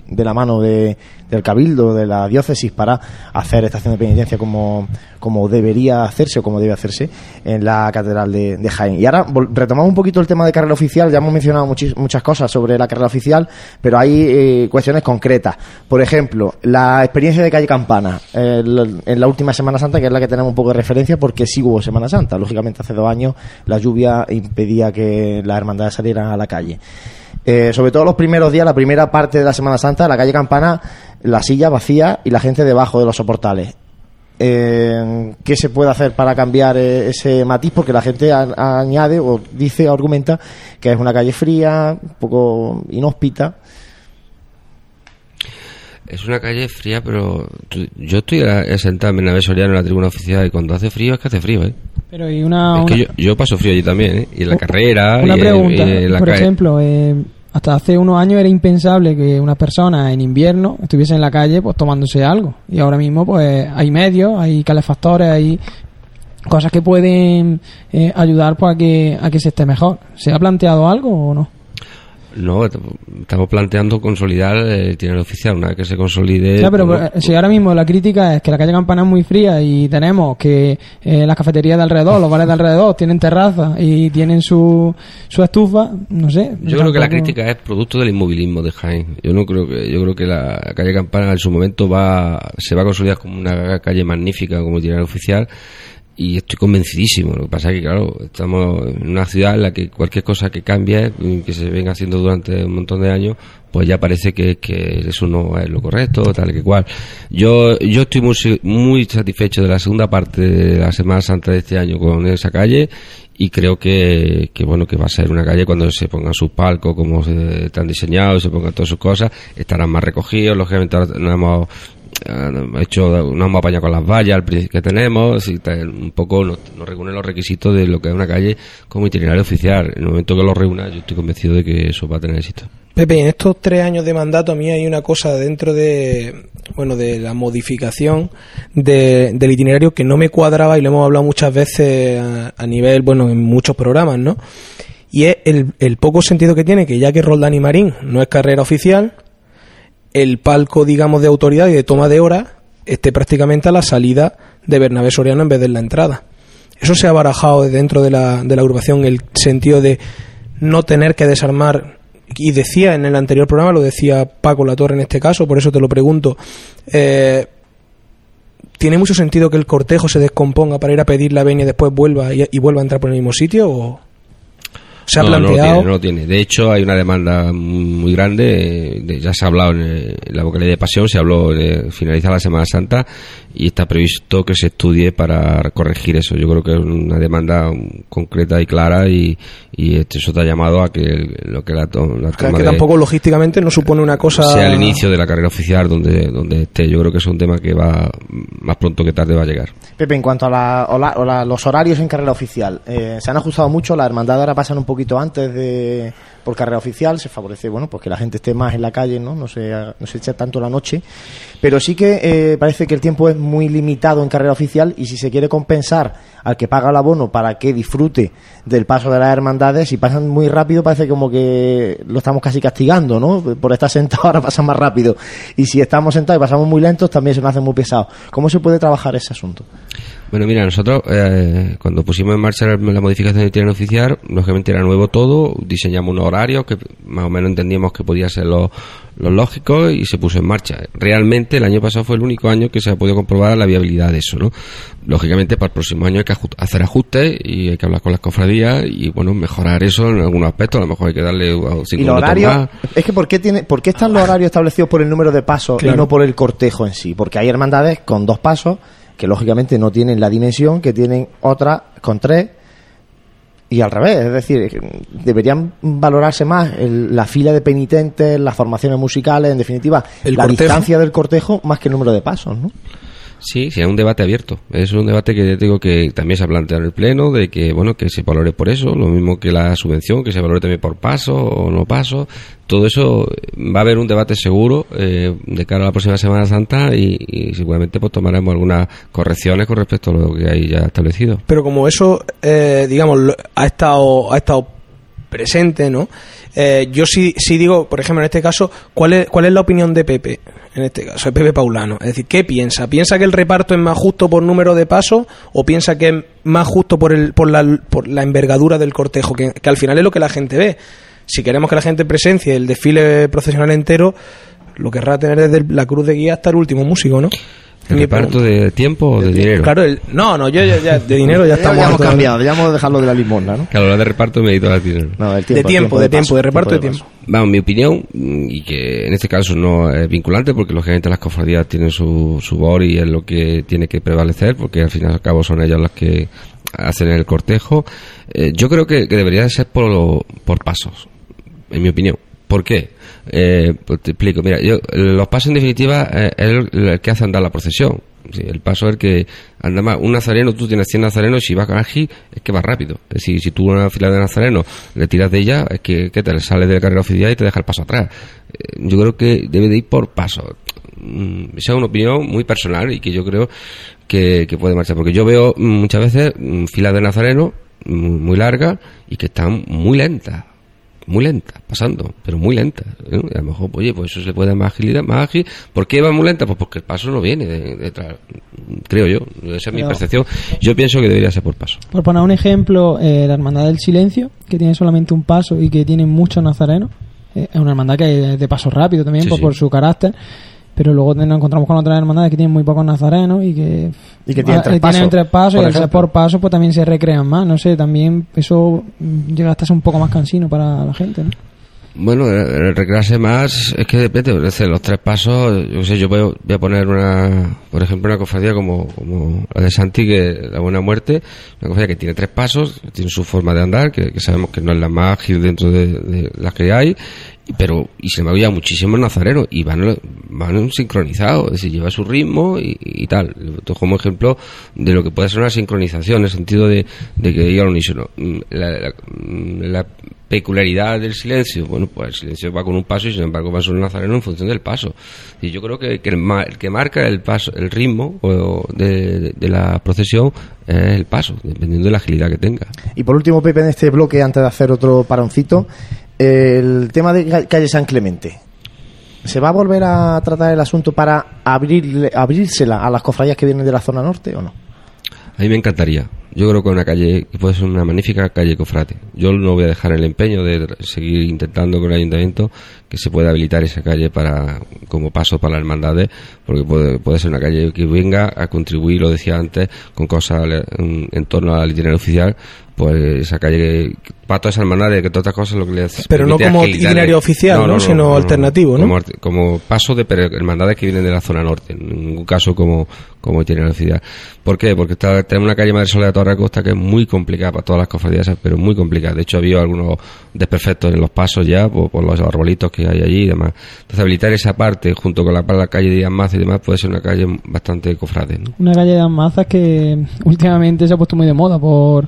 de la mano de, del Cabildo, de la diócesis, para hacer estación de penitencia como, como debería hacerse o como debe hacerse en la Catedral de, de Jaén. Y ahora retomamos un poquito el tema de carrera oficial. Ya hemos mencionado muchis, muchas cosas sobre la carrera oficial, pero hay eh, cuestiones concretas. Por ejemplo, la experiencia de Calle Campana eh, en la última Semana Santa, que es la que tenemos un poco de referencia porque sí hubo Semana Santa. Lógicamente hace dos años la lluvia impedía que las hermandades salieran a la calle. Eh, sobre todo los primeros días, la primera parte de la Semana Santa, la Calle Campana, la silla vacía y la gente debajo de los soportales. Eh, ¿Qué se puede hacer para cambiar eh, ese matiz? Porque la gente a, a añade o dice o argumenta que es una calle fría, un poco inhóspita. Es una calle fría, pero tú, yo estoy sentado en Bernabé Soriano en la tribuna oficial y cuando hace frío es que hace frío, ¿eh? Pero y una, es una... que yo, yo paso frío allí también, ¿eh? Y en la carrera... Una y pregunta, en, y en la por calle. ejemplo, eh, hasta hace unos años era impensable que una persona en invierno estuviese en la calle pues tomándose algo. Y ahora mismo pues hay medios, hay calefactores, hay cosas que pueden eh, ayudar pues, a, que, a que se esté mejor. ¿Se ha planteado algo o no? No, estamos planteando consolidar el itinerario oficial. Una vez que se consolide... Claro, pero pues, si ahora mismo la crítica es que la calle Campana es muy fría y tenemos que eh, las cafeterías de alrededor, los bares de alrededor tienen terraza y tienen su, su estufa, no sé. Yo creo que la crítica es producto del inmovilismo de Jaén. Yo no creo que yo creo que la calle Campana en su momento va se va a consolidar como una calle magnífica como itinerario oficial. Y estoy convencidísimo. Lo que pasa es que, claro, estamos en una ciudad en la que cualquier cosa que cambie, que se venga haciendo durante un montón de años, pues ya parece que, que eso no es lo correcto, tal que cual. Yo yo estoy muy, muy satisfecho de la segunda parte de la Semana Santa de este año con esa calle y creo que, que bueno, que va a ser una calle cuando se pongan sus palcos como se están diseñados, se pongan todas sus cosas, estarán más recogidos. Lógicamente ahora nos hemos hecho, nos hemos apañado con las vallas que tenemos y un poco nos, nos reúnen los requisitos de lo que es una calle como itinerario oficial. En el momento que lo reúna, yo estoy convencido de que eso va a tener éxito. Pepe, en estos tres años de mandato a mí hay una cosa dentro de bueno de la modificación de, del itinerario que no me cuadraba y lo hemos hablado muchas veces a, a nivel, bueno, en muchos programas, ¿no? Y es el, el poco sentido que tiene que ya que Roldán y Marín no es carrera oficial, el palco, digamos, de autoridad y de toma de horas esté prácticamente a la salida de Bernabé Soriano en vez de en la entrada. Eso se ha barajado dentro de la, de la agrupación, el sentido de no tener que desarmar, y decía en el anterior programa, lo decía Paco Latorre en este caso, por eso te lo pregunto, eh, ¿tiene mucho sentido que el cortejo se descomponga para ir a pedir la venia y después vuelva y, y vuelva a entrar por el mismo sitio o...? ¿Se ha no, planteado? No lo, tiene, no lo tiene. De hecho, hay una demanda muy grande. De, ya se ha hablado en, el, en la vocalía de Pasión, se habló de finalizar la Semana Santa y está previsto que se estudie para corregir eso. Yo creo que es una demanda concreta y clara y, y este, eso te ha llamado a que el, lo que la, la claro, que tampoco logísticamente no supone una cosa... Sea el inicio de la carrera oficial donde, donde esté. Yo creo que es un tema que va más pronto que tarde va a llegar. Pepe, en cuanto a, la, o la, o la, los horarios en carrera oficial, eh, se han ajustado mucho. La hermandad ahora pasan un poquito antes de por carrera oficial, se favorece, bueno, pues que la gente esté más en la calle, no no se no se echa tanto la noche, pero sí que eh, parece que el tiempo es muy limitado en carrera oficial y si se quiere compensar al que paga el abono para que disfrute del paso de las hermandades, si pasan muy rápido parece como que lo estamos casi castigando, ¿no? Por estar sentado ahora pasan más rápido y si estamos sentados y pasamos muy lentos también se nos hace muy pesado. ¿Cómo se puede trabajar ese asunto? Bueno, mira, nosotros eh, cuando pusimos en marcha la modificación del itinerario oficial, lógicamente era nuevo todo, diseñamos unos horarios que más o menos entendíamos que podía ser los lo lógicos y se puso en marcha. Realmente el año pasado fue el único año que se ha podido comprobar la viabilidad de eso, ¿no? Lógicamente para el próximo año hay que hacer ajustes y hay que hablar con las cofradías y bueno, mejorar eso en algunos aspectos, a lo mejor hay que darle cinco ¿Y los horarios? Es que ¿por qué, tiene, ¿por qué están los horarios establecidos por el número de pasos claro. y no por el cortejo en sí? Porque hay hermandades con dos pasos que lógicamente no tienen la dimensión que tienen otras con tres y al revés, es decir, deberían valorarse más el, la fila de penitentes, las formaciones musicales, en definitiva, el la cortejo. Distancia del cortejo más que el número de pasos, ¿no? Sí, sí, es un debate abierto. Es un debate que digo que también se ha planteado en el Pleno, de que, bueno, que se valore por eso, lo mismo que la subvención, que se valore también por paso o no paso. Todo eso va a haber un debate seguro eh, de cara a la próxima Semana Santa y, y seguramente pues tomaremos algunas correcciones con respecto a lo que hay ya establecido. Pero como eso, eh, digamos, ha estado, ha estado presente, ¿no? Eh, yo sí, sí digo, por ejemplo, en este caso, ¿cuál es, cuál es la opinión de Pepe? En este caso, de Pepe Paulano. Es decir, ¿qué piensa? ¿Piensa que el reparto es más justo por número de pasos o piensa que es más justo por el por la, por la envergadura del cortejo? Que, que al final es lo que la gente ve. Si queremos que la gente presencie el desfile procesional entero, lo querrá tener desde la cruz de guía hasta el último músico, ¿no? ¿El reparto de tiempo o de, de dinero? Claro, el, no, no, yo ya, ya de dinero ya estamos... Ya hemos cambiado, ya hemos dejado lo de la limosna, ¿no? Claro, la de reparto me edito el dinero. No, el tiempo, de tiempo, tiempo de, de, tiempo, paso, de reparto tiempo de de tiempo. Vamos, mi opinión, y que en este caso no es vinculante, porque lógicamente las cofradías tienen su, su voz y es lo que tiene que prevalecer, porque al fin y al cabo son ellas las que hacen el cortejo. Eh, yo creo que, que debería de ser por, por pasos, en mi opinión. ¿Por qué? Eh, pues te explico. Mira, yo, los pasos en definitiva eh, es el, el que hace andar la procesión. Sí, el paso es el que anda más. Un nazareno, tú tienes cien nazarenos, si vas con ágil, es que vas rápido. Es decir, si tú una fila de nazarenos le tiras de ella, es que, que te sales de la carrera oficial y te deja el paso atrás. Eh, yo creo que debe de ir por paso. Mm, esa es una opinión muy personal y que yo creo que, que puede marchar. Porque yo veo muchas veces mm, filas de nazarenos muy, muy largas y que están muy lentas. Muy lenta, pasando, pero muy lenta, ¿no? Y a lo mejor, oye, pues eso se puede dar más agilidad, más ágil. ¿Por qué va muy lenta? Pues porque el paso no viene de, detrás, creo yo. Esa es mi percepción. Yo pienso que debería ser por paso. Por poner un ejemplo, eh, la Hermandad del Silencio, que tiene solamente un paso y que tiene muchos nazarenos, eh, es una hermandad que es de paso rápido también, sí, por, sí. por su carácter. Pero luego nos encontramos con otras hermandades que tienen muy pocos nazarenos y que, y que tienen ah, tres pasos, tienen tres pasos por y al ser ejemplo. por paso pues también se recrean más, no sé, también eso llega hasta ser un poco más cansino para la gente, ¿no? Bueno, el recrearse más es que depende, es decir, los tres pasos, yo sé, yo voy, voy a poner una, por ejemplo, una cofradía como, como la de Santi, que la Buena Muerte, una cofradía que tiene tres pasos, tiene su forma de andar, que, que sabemos que no es la más ágil dentro de, de las que hay, pero y se me había muchísimos nazarenos y van van sincronizados, es decir, lleva su ritmo y, y tal. Esto como ejemplo de lo que puede ser una sincronización en el sentido de, de que diga al unísono. La, la, la peculiaridad del silencio, bueno, pues el silencio va con un paso y sin embargo va sobre el nazareno en función del paso. Y yo creo que, que el, el que marca el paso, el ritmo o de, de, de la procesión es el paso, dependiendo de la agilidad que tenga. Y por último, Pepe, en este bloque, antes de hacer otro paroncito, el tema de calle San Clemente. ¿Se va a volver a tratar el asunto para abrirle, abrírsela a las cofradías que vienen de la zona norte o no? A mí me encantaría. Yo creo que una calle que puede ser una magnífica calle cofrade. Yo no voy a dejar el empeño de seguir intentando con el ayuntamiento que se pueda habilitar esa calle para como paso para las hermandades, porque puede, puede ser una calle que venga a contribuir, lo decía antes, con cosas en, en torno al itinerario oficial, pues esa calle para todas esas hermandades, que todas estas cosas lo que le hace. Pero no como itinerario oficial, ¿no? No, no, sino no, no, alternativo, ¿no? Como, como paso de hermandades que vienen de la zona norte, en ningún caso como, como itinerario oficial. ¿Por qué? Porque está, tenemos una calle Madre Soledad de Torre Acosta que es muy complicada para todas las cofradías, pero muy complicada. De hecho, ha habido algunos desperfectos en los pasos ya, por, por los arbolitos que hay allí y demás. Entonces, habilitar esa parte junto con la, la calle de Díaz Maza y demás puede ser una calle bastante cofrade, ¿no? Una calle de Díaz Maza que últimamente se ha puesto muy de moda por...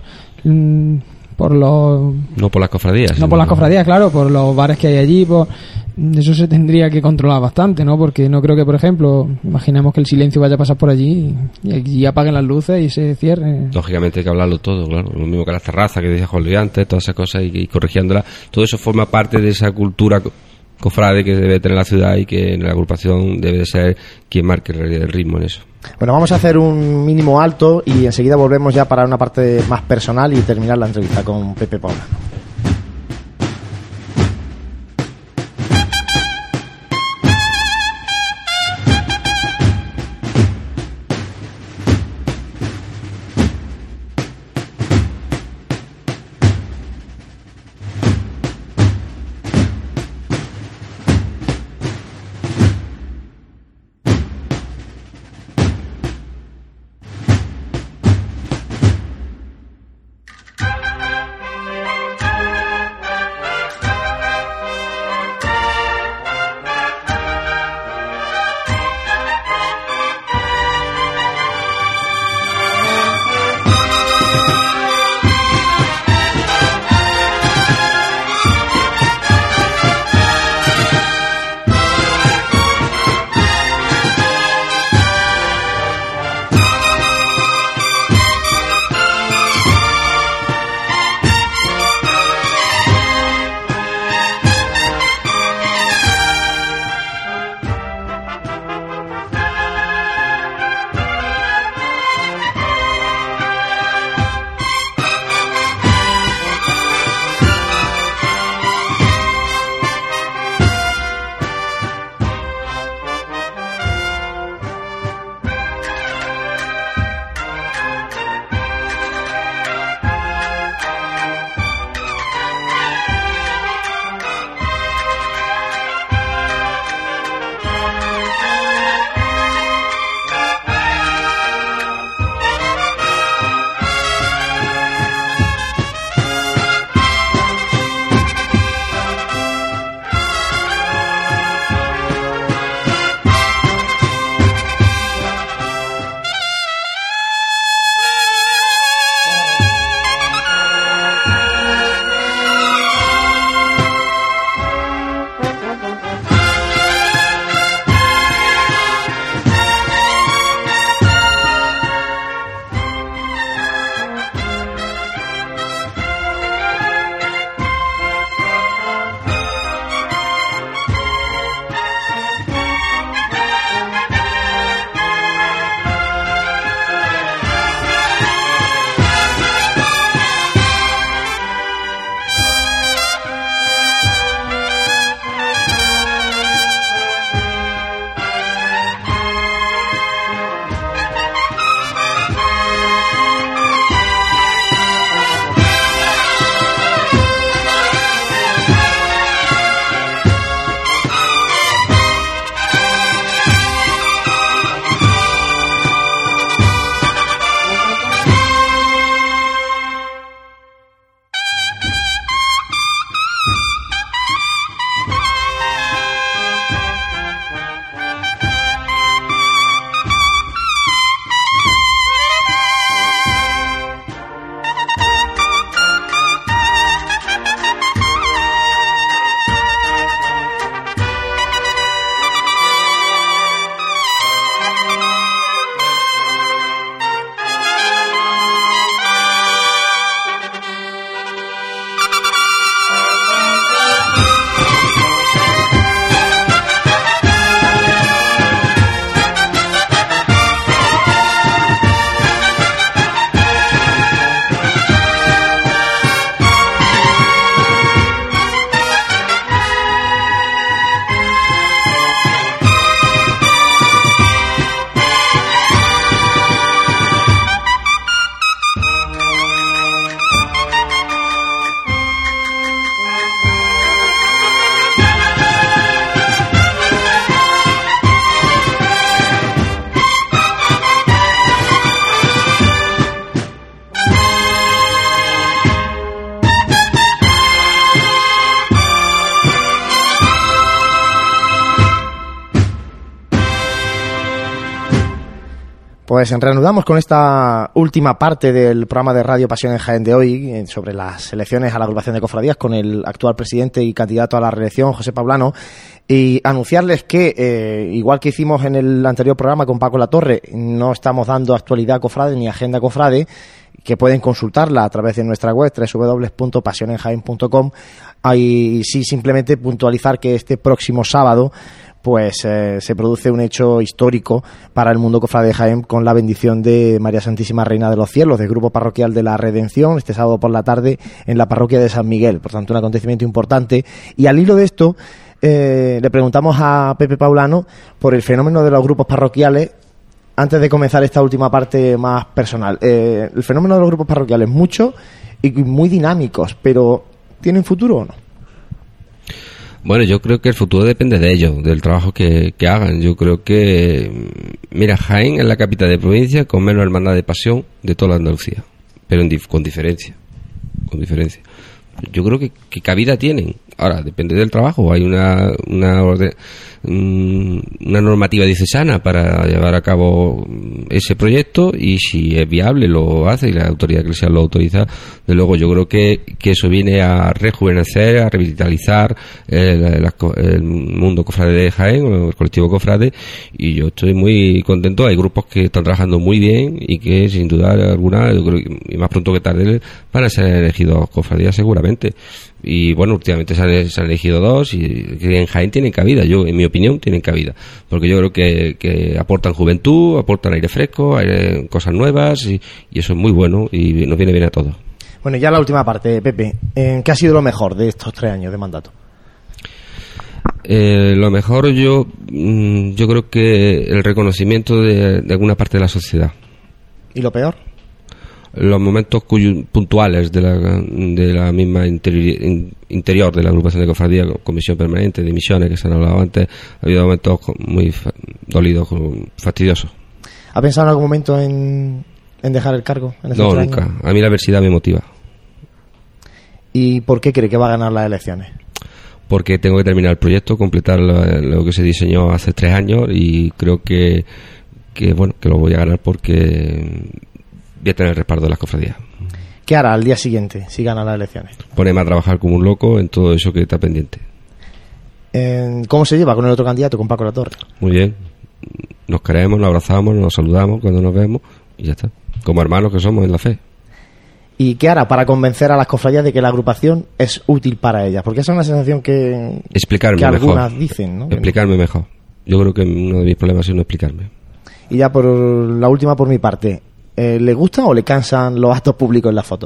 por los no por las cofradías no por las cofradías, claro, por los bares que hay allí, por eso se tendría que controlar bastante, ¿no? Porque no creo que, por ejemplo, imaginemos que el silencio vaya a pasar por allí y allí apaguen las luces y se cierre. Lógicamente hay que hablarlo todo, claro, lo mismo que las terrazas que decía Juan Luis antes, todas esas cosas y, y corrigiéndolas, todo eso forma parte de esa cultura cofrade que debe tener la ciudad y que en la agrupación debe de ser quien marque el ritmo en eso. Bueno, vamos a hacer un mínimo alto y enseguida volvemos ya para una parte más personal y terminar la entrevista con Pepe Paulano. Pues reanudamos con esta última parte del programa de Radio Pasión en Jaén de hoy, sobre las elecciones a la agrupación de cofradías, con el actual presidente y candidato a la reelección, José Paulano, y anunciarles que, eh, igual que hicimos en el anterior programa con Paco Latorre, no estamos dando actualidad cofrade ni agenda cofrade, que pueden consultarla a través de nuestra web doble u doble u doble u punto pasión en jaén punto com. Ahí sí, simplemente puntualizar que este próximo sábado pues eh, se produce un hecho histórico para el mundo cofrade de Jaén, con la bendición de María Santísima Reina de los Cielos, del Grupo Parroquial de la Redención, este sábado por la tarde en la parroquia de San Miguel. Por tanto, un acontecimiento importante. Y al hilo de esto, eh, le preguntamos a Pepe Paulano por el fenómeno de los grupos parroquiales, antes de comenzar esta última parte más personal. Eh, el fenómeno de los grupos parroquiales, muchos y muy dinámicos, pero ¿tienen futuro o no? Bueno, yo creo que el futuro depende de ellos, del trabajo que, que hagan. Yo creo que, mira, Jaén es la capital de provincia con menos hermandad de pasión de toda la Andalucía, pero en dif- con diferencia, con diferencia. Yo creo que, que cabida tienen. Ahora, depende del trabajo. Hay una una, orden, una normativa diocesana para llevar a cabo ese proyecto, y si es viable lo hace y la autoridad eclesial lo autoriza. De luego, yo creo que, que eso viene a rejuvenecer, a revitalizar el, el, el mundo cofrade de Jaén, o el colectivo cofrade, y yo estoy muy contento. Hay grupos que están trabajando muy bien y que, sin duda alguna, yo creo que más pronto que tarde van a ser elegidos cofradías seguramente. Y bueno, últimamente se han, se han elegido dos, y que en Jaén tienen cabida. Yo, en mi opinión, tienen cabida, porque yo creo que, que aportan juventud, aportan aire fresco, aire, cosas nuevas, y, y eso es muy bueno y nos viene bien a todos. Bueno, ya la última parte, Pepe. ¿Qué ha sido lo mejor de estos tres años de mandato? Eh, lo mejor, yo yo creo que el reconocimiento de, de alguna parte de la sociedad. ¿Y lo peor? Los momentos cuyo, puntuales de la, de la misma interi- interior de la agrupación de cofradía, comisión permanente de misiones que se han hablado antes, ha habido momentos muy fa- dolidos, fastidiosos. ¿Ha pensado en algún momento en, en dejar el cargo? En No, nunca. años? A mí la adversidad me motiva. ¿Y por qué cree que va a ganar las elecciones? Porque tengo que terminar el proyecto, completar lo, lo que se diseñó hace tres años, y creo que, que bueno, que lo voy a ganar porque voy a tener el respaldo de las cofradías. ¿Qué hará al día siguiente si gana las elecciones? Ponerme a trabajar como un loco en todo eso que está pendiente. Eh, ¿Cómo se lleva con el otro candidato, con Paco Latorre? Muy bien. Nos queremos, nos abrazamos, nos saludamos cuando nos vemos y ya está. Como hermanos que somos en la fe. ¿Y qué hará para convencer a las cofradías de que la agrupación es útil para ellas? Porque esa es una sensación que, explicarme que mejor. algunas dicen, ¿no? Explicarme mejor. Yo creo que uno de mis problemas es no explicarme. Y ya por la última por mi parte, Eh, ¿le gustan o le cansan los actos públicos en las fotos?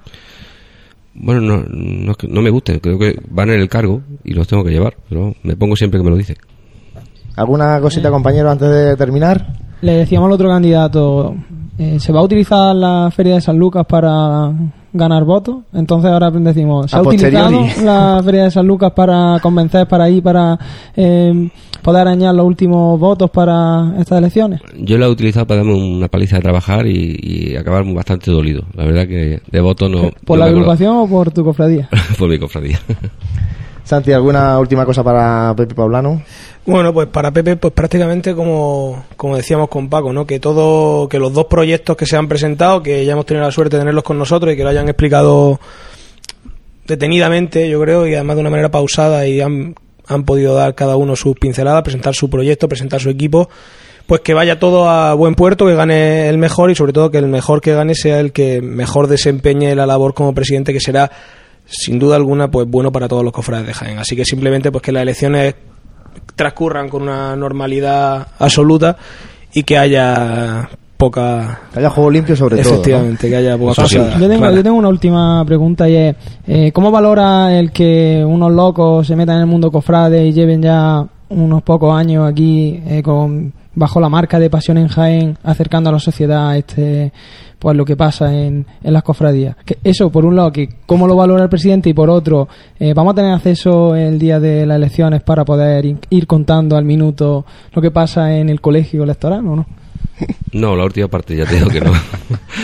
Bueno, no, no, no me gusta. Creo que van en el cargo y los tengo que llevar, pero me pongo siempre que me lo dicen. ¿Alguna cosita, compañero, antes de terminar? Le decíamos al otro candidato, eh, ¿se va a utilizar la Feria de San Lucas para ganar votos? Entonces ahora decimos, ¿se A ha utilizado posteriori. la Feria de San Lucas para convencer, para ir, para eh, poder añadir los últimos votos para estas elecciones? Yo la he utilizado para darme una paliza de trabajar y, y acabar bastante dolido. La verdad que de voto no... ¿Por no la me acuerdo. agrupación o por tu cofradía? Por mi cofradía. Santi, ¿alguna última cosa para Pepe Paulano? Bueno, pues para Pepe, pues prácticamente como, como decíamos con Paco, ¿no? Que todo, que los dos proyectos que se han presentado, que ya hemos tenido la suerte de tenerlos con nosotros y que lo hayan explicado detenidamente, yo creo, y además de una manera pausada, y han, han podido dar cada uno sus pinceladas, presentar su proyecto, presentar su equipo, pues que vaya todo a buen puerto, que gane el mejor, y sobre todo que el mejor que gane sea el que mejor desempeñe la labor como presidente, que será sin duda alguna pues bueno para todos los cofrades de Jaén. Así que simplemente pues que las elecciones transcurran con una normalidad absoluta y que haya poca... Que haya juego limpio sobre todo, ¿no? Efectivamente, que haya poca Eso sí. cosa. Yo tengo, clara. yo tengo una última pregunta, y es, eh, ¿cómo valora el que unos locos se metan en el mundo cofrade y lleven ya unos pocos años aquí eh, con bajo la marca de Pasión en Jaén, acercando a la sociedad este pues lo que pasa en, en las cofradías? Que eso, por un lado, que cómo lo valora el presidente, y por otro, eh, ¿vamos a tener acceso el día de las elecciones para poder ir, ir contando al minuto lo que pasa en el colegio electoral o no? No, la última parte ya te digo que no.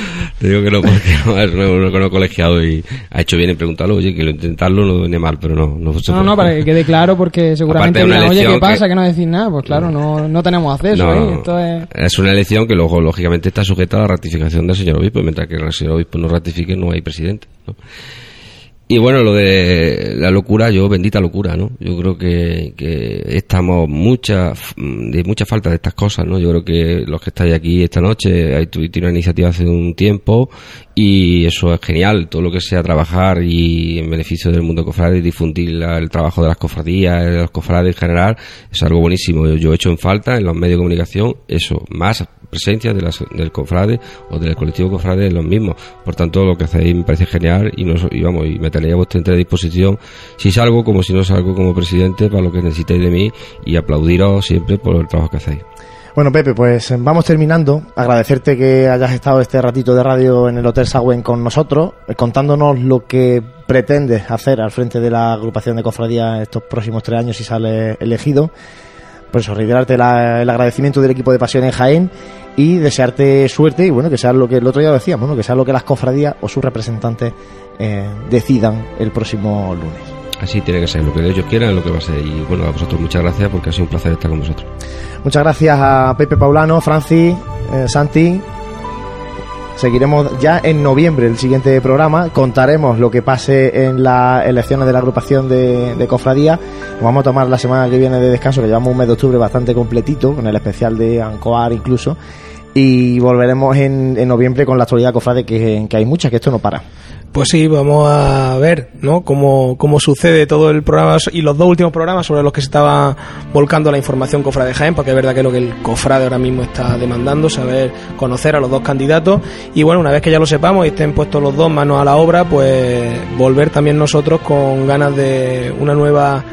Te digo que no, porque no, es uno que no colegiado y ha hecho bien en preguntarlo, oye, que lo intentarlo no viene mal, pero no. No, no, no, no, para que quede claro, porque seguramente dirán, oye, ¿qué pasa? Que... que no decís nada. Pues claro, no, no tenemos acceso. No, ¿eh? Esto es... es una elección que luego, lógicamente, está sujeta a la ratificación del señor obispo, mientras que el señor obispo no ratifique, no hay presidente, ¿no? Y bueno, lo de la locura, yo, bendita locura, ¿no? Yo creo que, que estamos mucha, de mucha falta de estas cosas, ¿no? Yo creo que los que estáis aquí esta noche, hay tuviste una iniciativa hace un tiempo y eso es genial, todo lo que sea trabajar y en beneficio del mundo cofrade y difundir la, el trabajo de las cofradías, de los cofrades en general, es algo buenísimo. Yo, yo he hecho en falta en los medios de comunicación eso, más presencia de las, del cofrade o del colectivo cofrade en los mismos. Por tanto, lo que hacéis me parece genial y, nos, y vamos, y me tenéis a vuestra entera disposición, si salgo como si no salgo como presidente, para lo que necesitéis de mí, y aplaudiros siempre por el trabajo que hacéis. Bueno, Pepe, pues vamos terminando. Agradecerte que hayas estado este ratito de radio en el Hotel Sagüen con nosotros, contándonos lo que pretendes hacer al frente de la agrupación de cofradías estos próximos tres años si sales elegido. Por eso, reiterarte la, el agradecimiento del equipo de Pasión en Jaén y desearte suerte y bueno, que sea lo que el otro día decíamos, ¿no? Que sea lo que las cofradías o sus representantes eh, decidan el próximo lunes. Así tiene que ser, lo que ellos quieran es lo que va a ser. Y bueno, a vosotros muchas gracias porque ha sido un placer estar con vosotros. Muchas gracias a Pepe Paulano, Francis, eh, Santi. Seguiremos ya en noviembre el siguiente programa. Contaremos lo que pase en las elecciones de la agrupación de, de cofradía. Vamos a tomar la semana que viene de descanso, que llevamos un mes de octubre bastante completito, con el especial de Ancoar incluso. Y volveremos en, en noviembre con la actualidad cofrade, que, que hay mucha, que esto no para. Pues sí, vamos a ver, ¿no? Cómo, cómo sucede todo el programa y los dos últimos programas sobre los que se estaba volcando la información cofrade de Jaén, porque es verdad que es lo que el cofrade ahora mismo está demandando, saber conocer a los dos candidatos. Y bueno, una vez que ya lo sepamos y estén puestos los dos manos a la obra, pues volver también nosotros con ganas de una nueva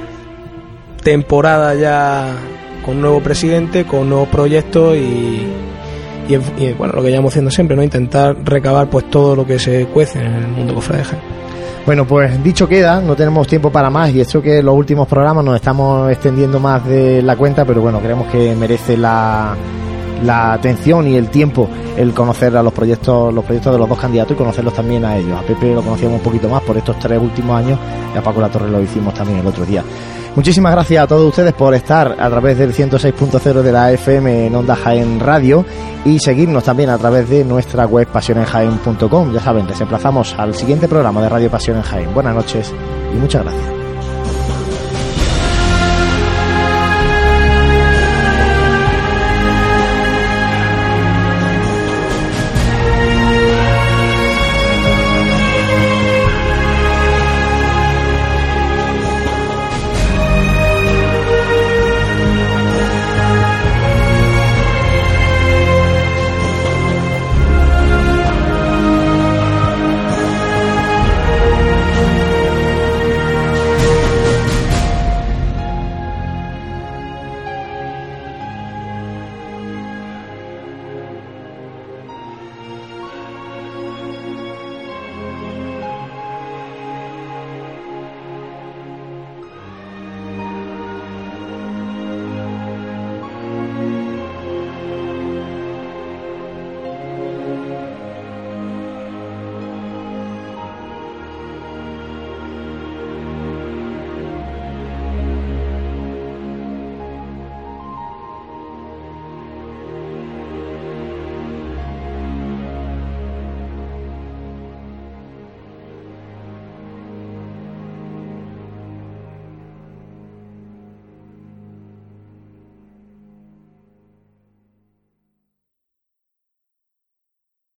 temporada ya, con un nuevo presidente, con nuevos proyectos y... Y, y bueno, lo que llevamos haciendo siempre, ¿no? Intentar recabar pues todo lo que se cuece en el mundo cofrade de Jaén. Bueno, pues dicho queda, no tenemos tiempo para más y esto que en los últimos programas nos estamos extendiendo más de la cuenta, pero bueno, creemos que merece la, la atención y el tiempo el conocer a los proyectos los proyectos de los dos candidatos y conocerlos también a ellos. A Pepe lo conocíamos un poquito más por estos tres últimos años y a Paco Latorre lo hicimos también el otro día. Muchísimas gracias a todos ustedes por estar a través del ciento seis punto cero de la F M en Onda Jaén Radio y seguirnos también a través de nuestra web pasion en jaén punto com. Ya saben, les emplazamos al siguiente programa de Radio Pasión en Jaén. Buenas noches y muchas gracias.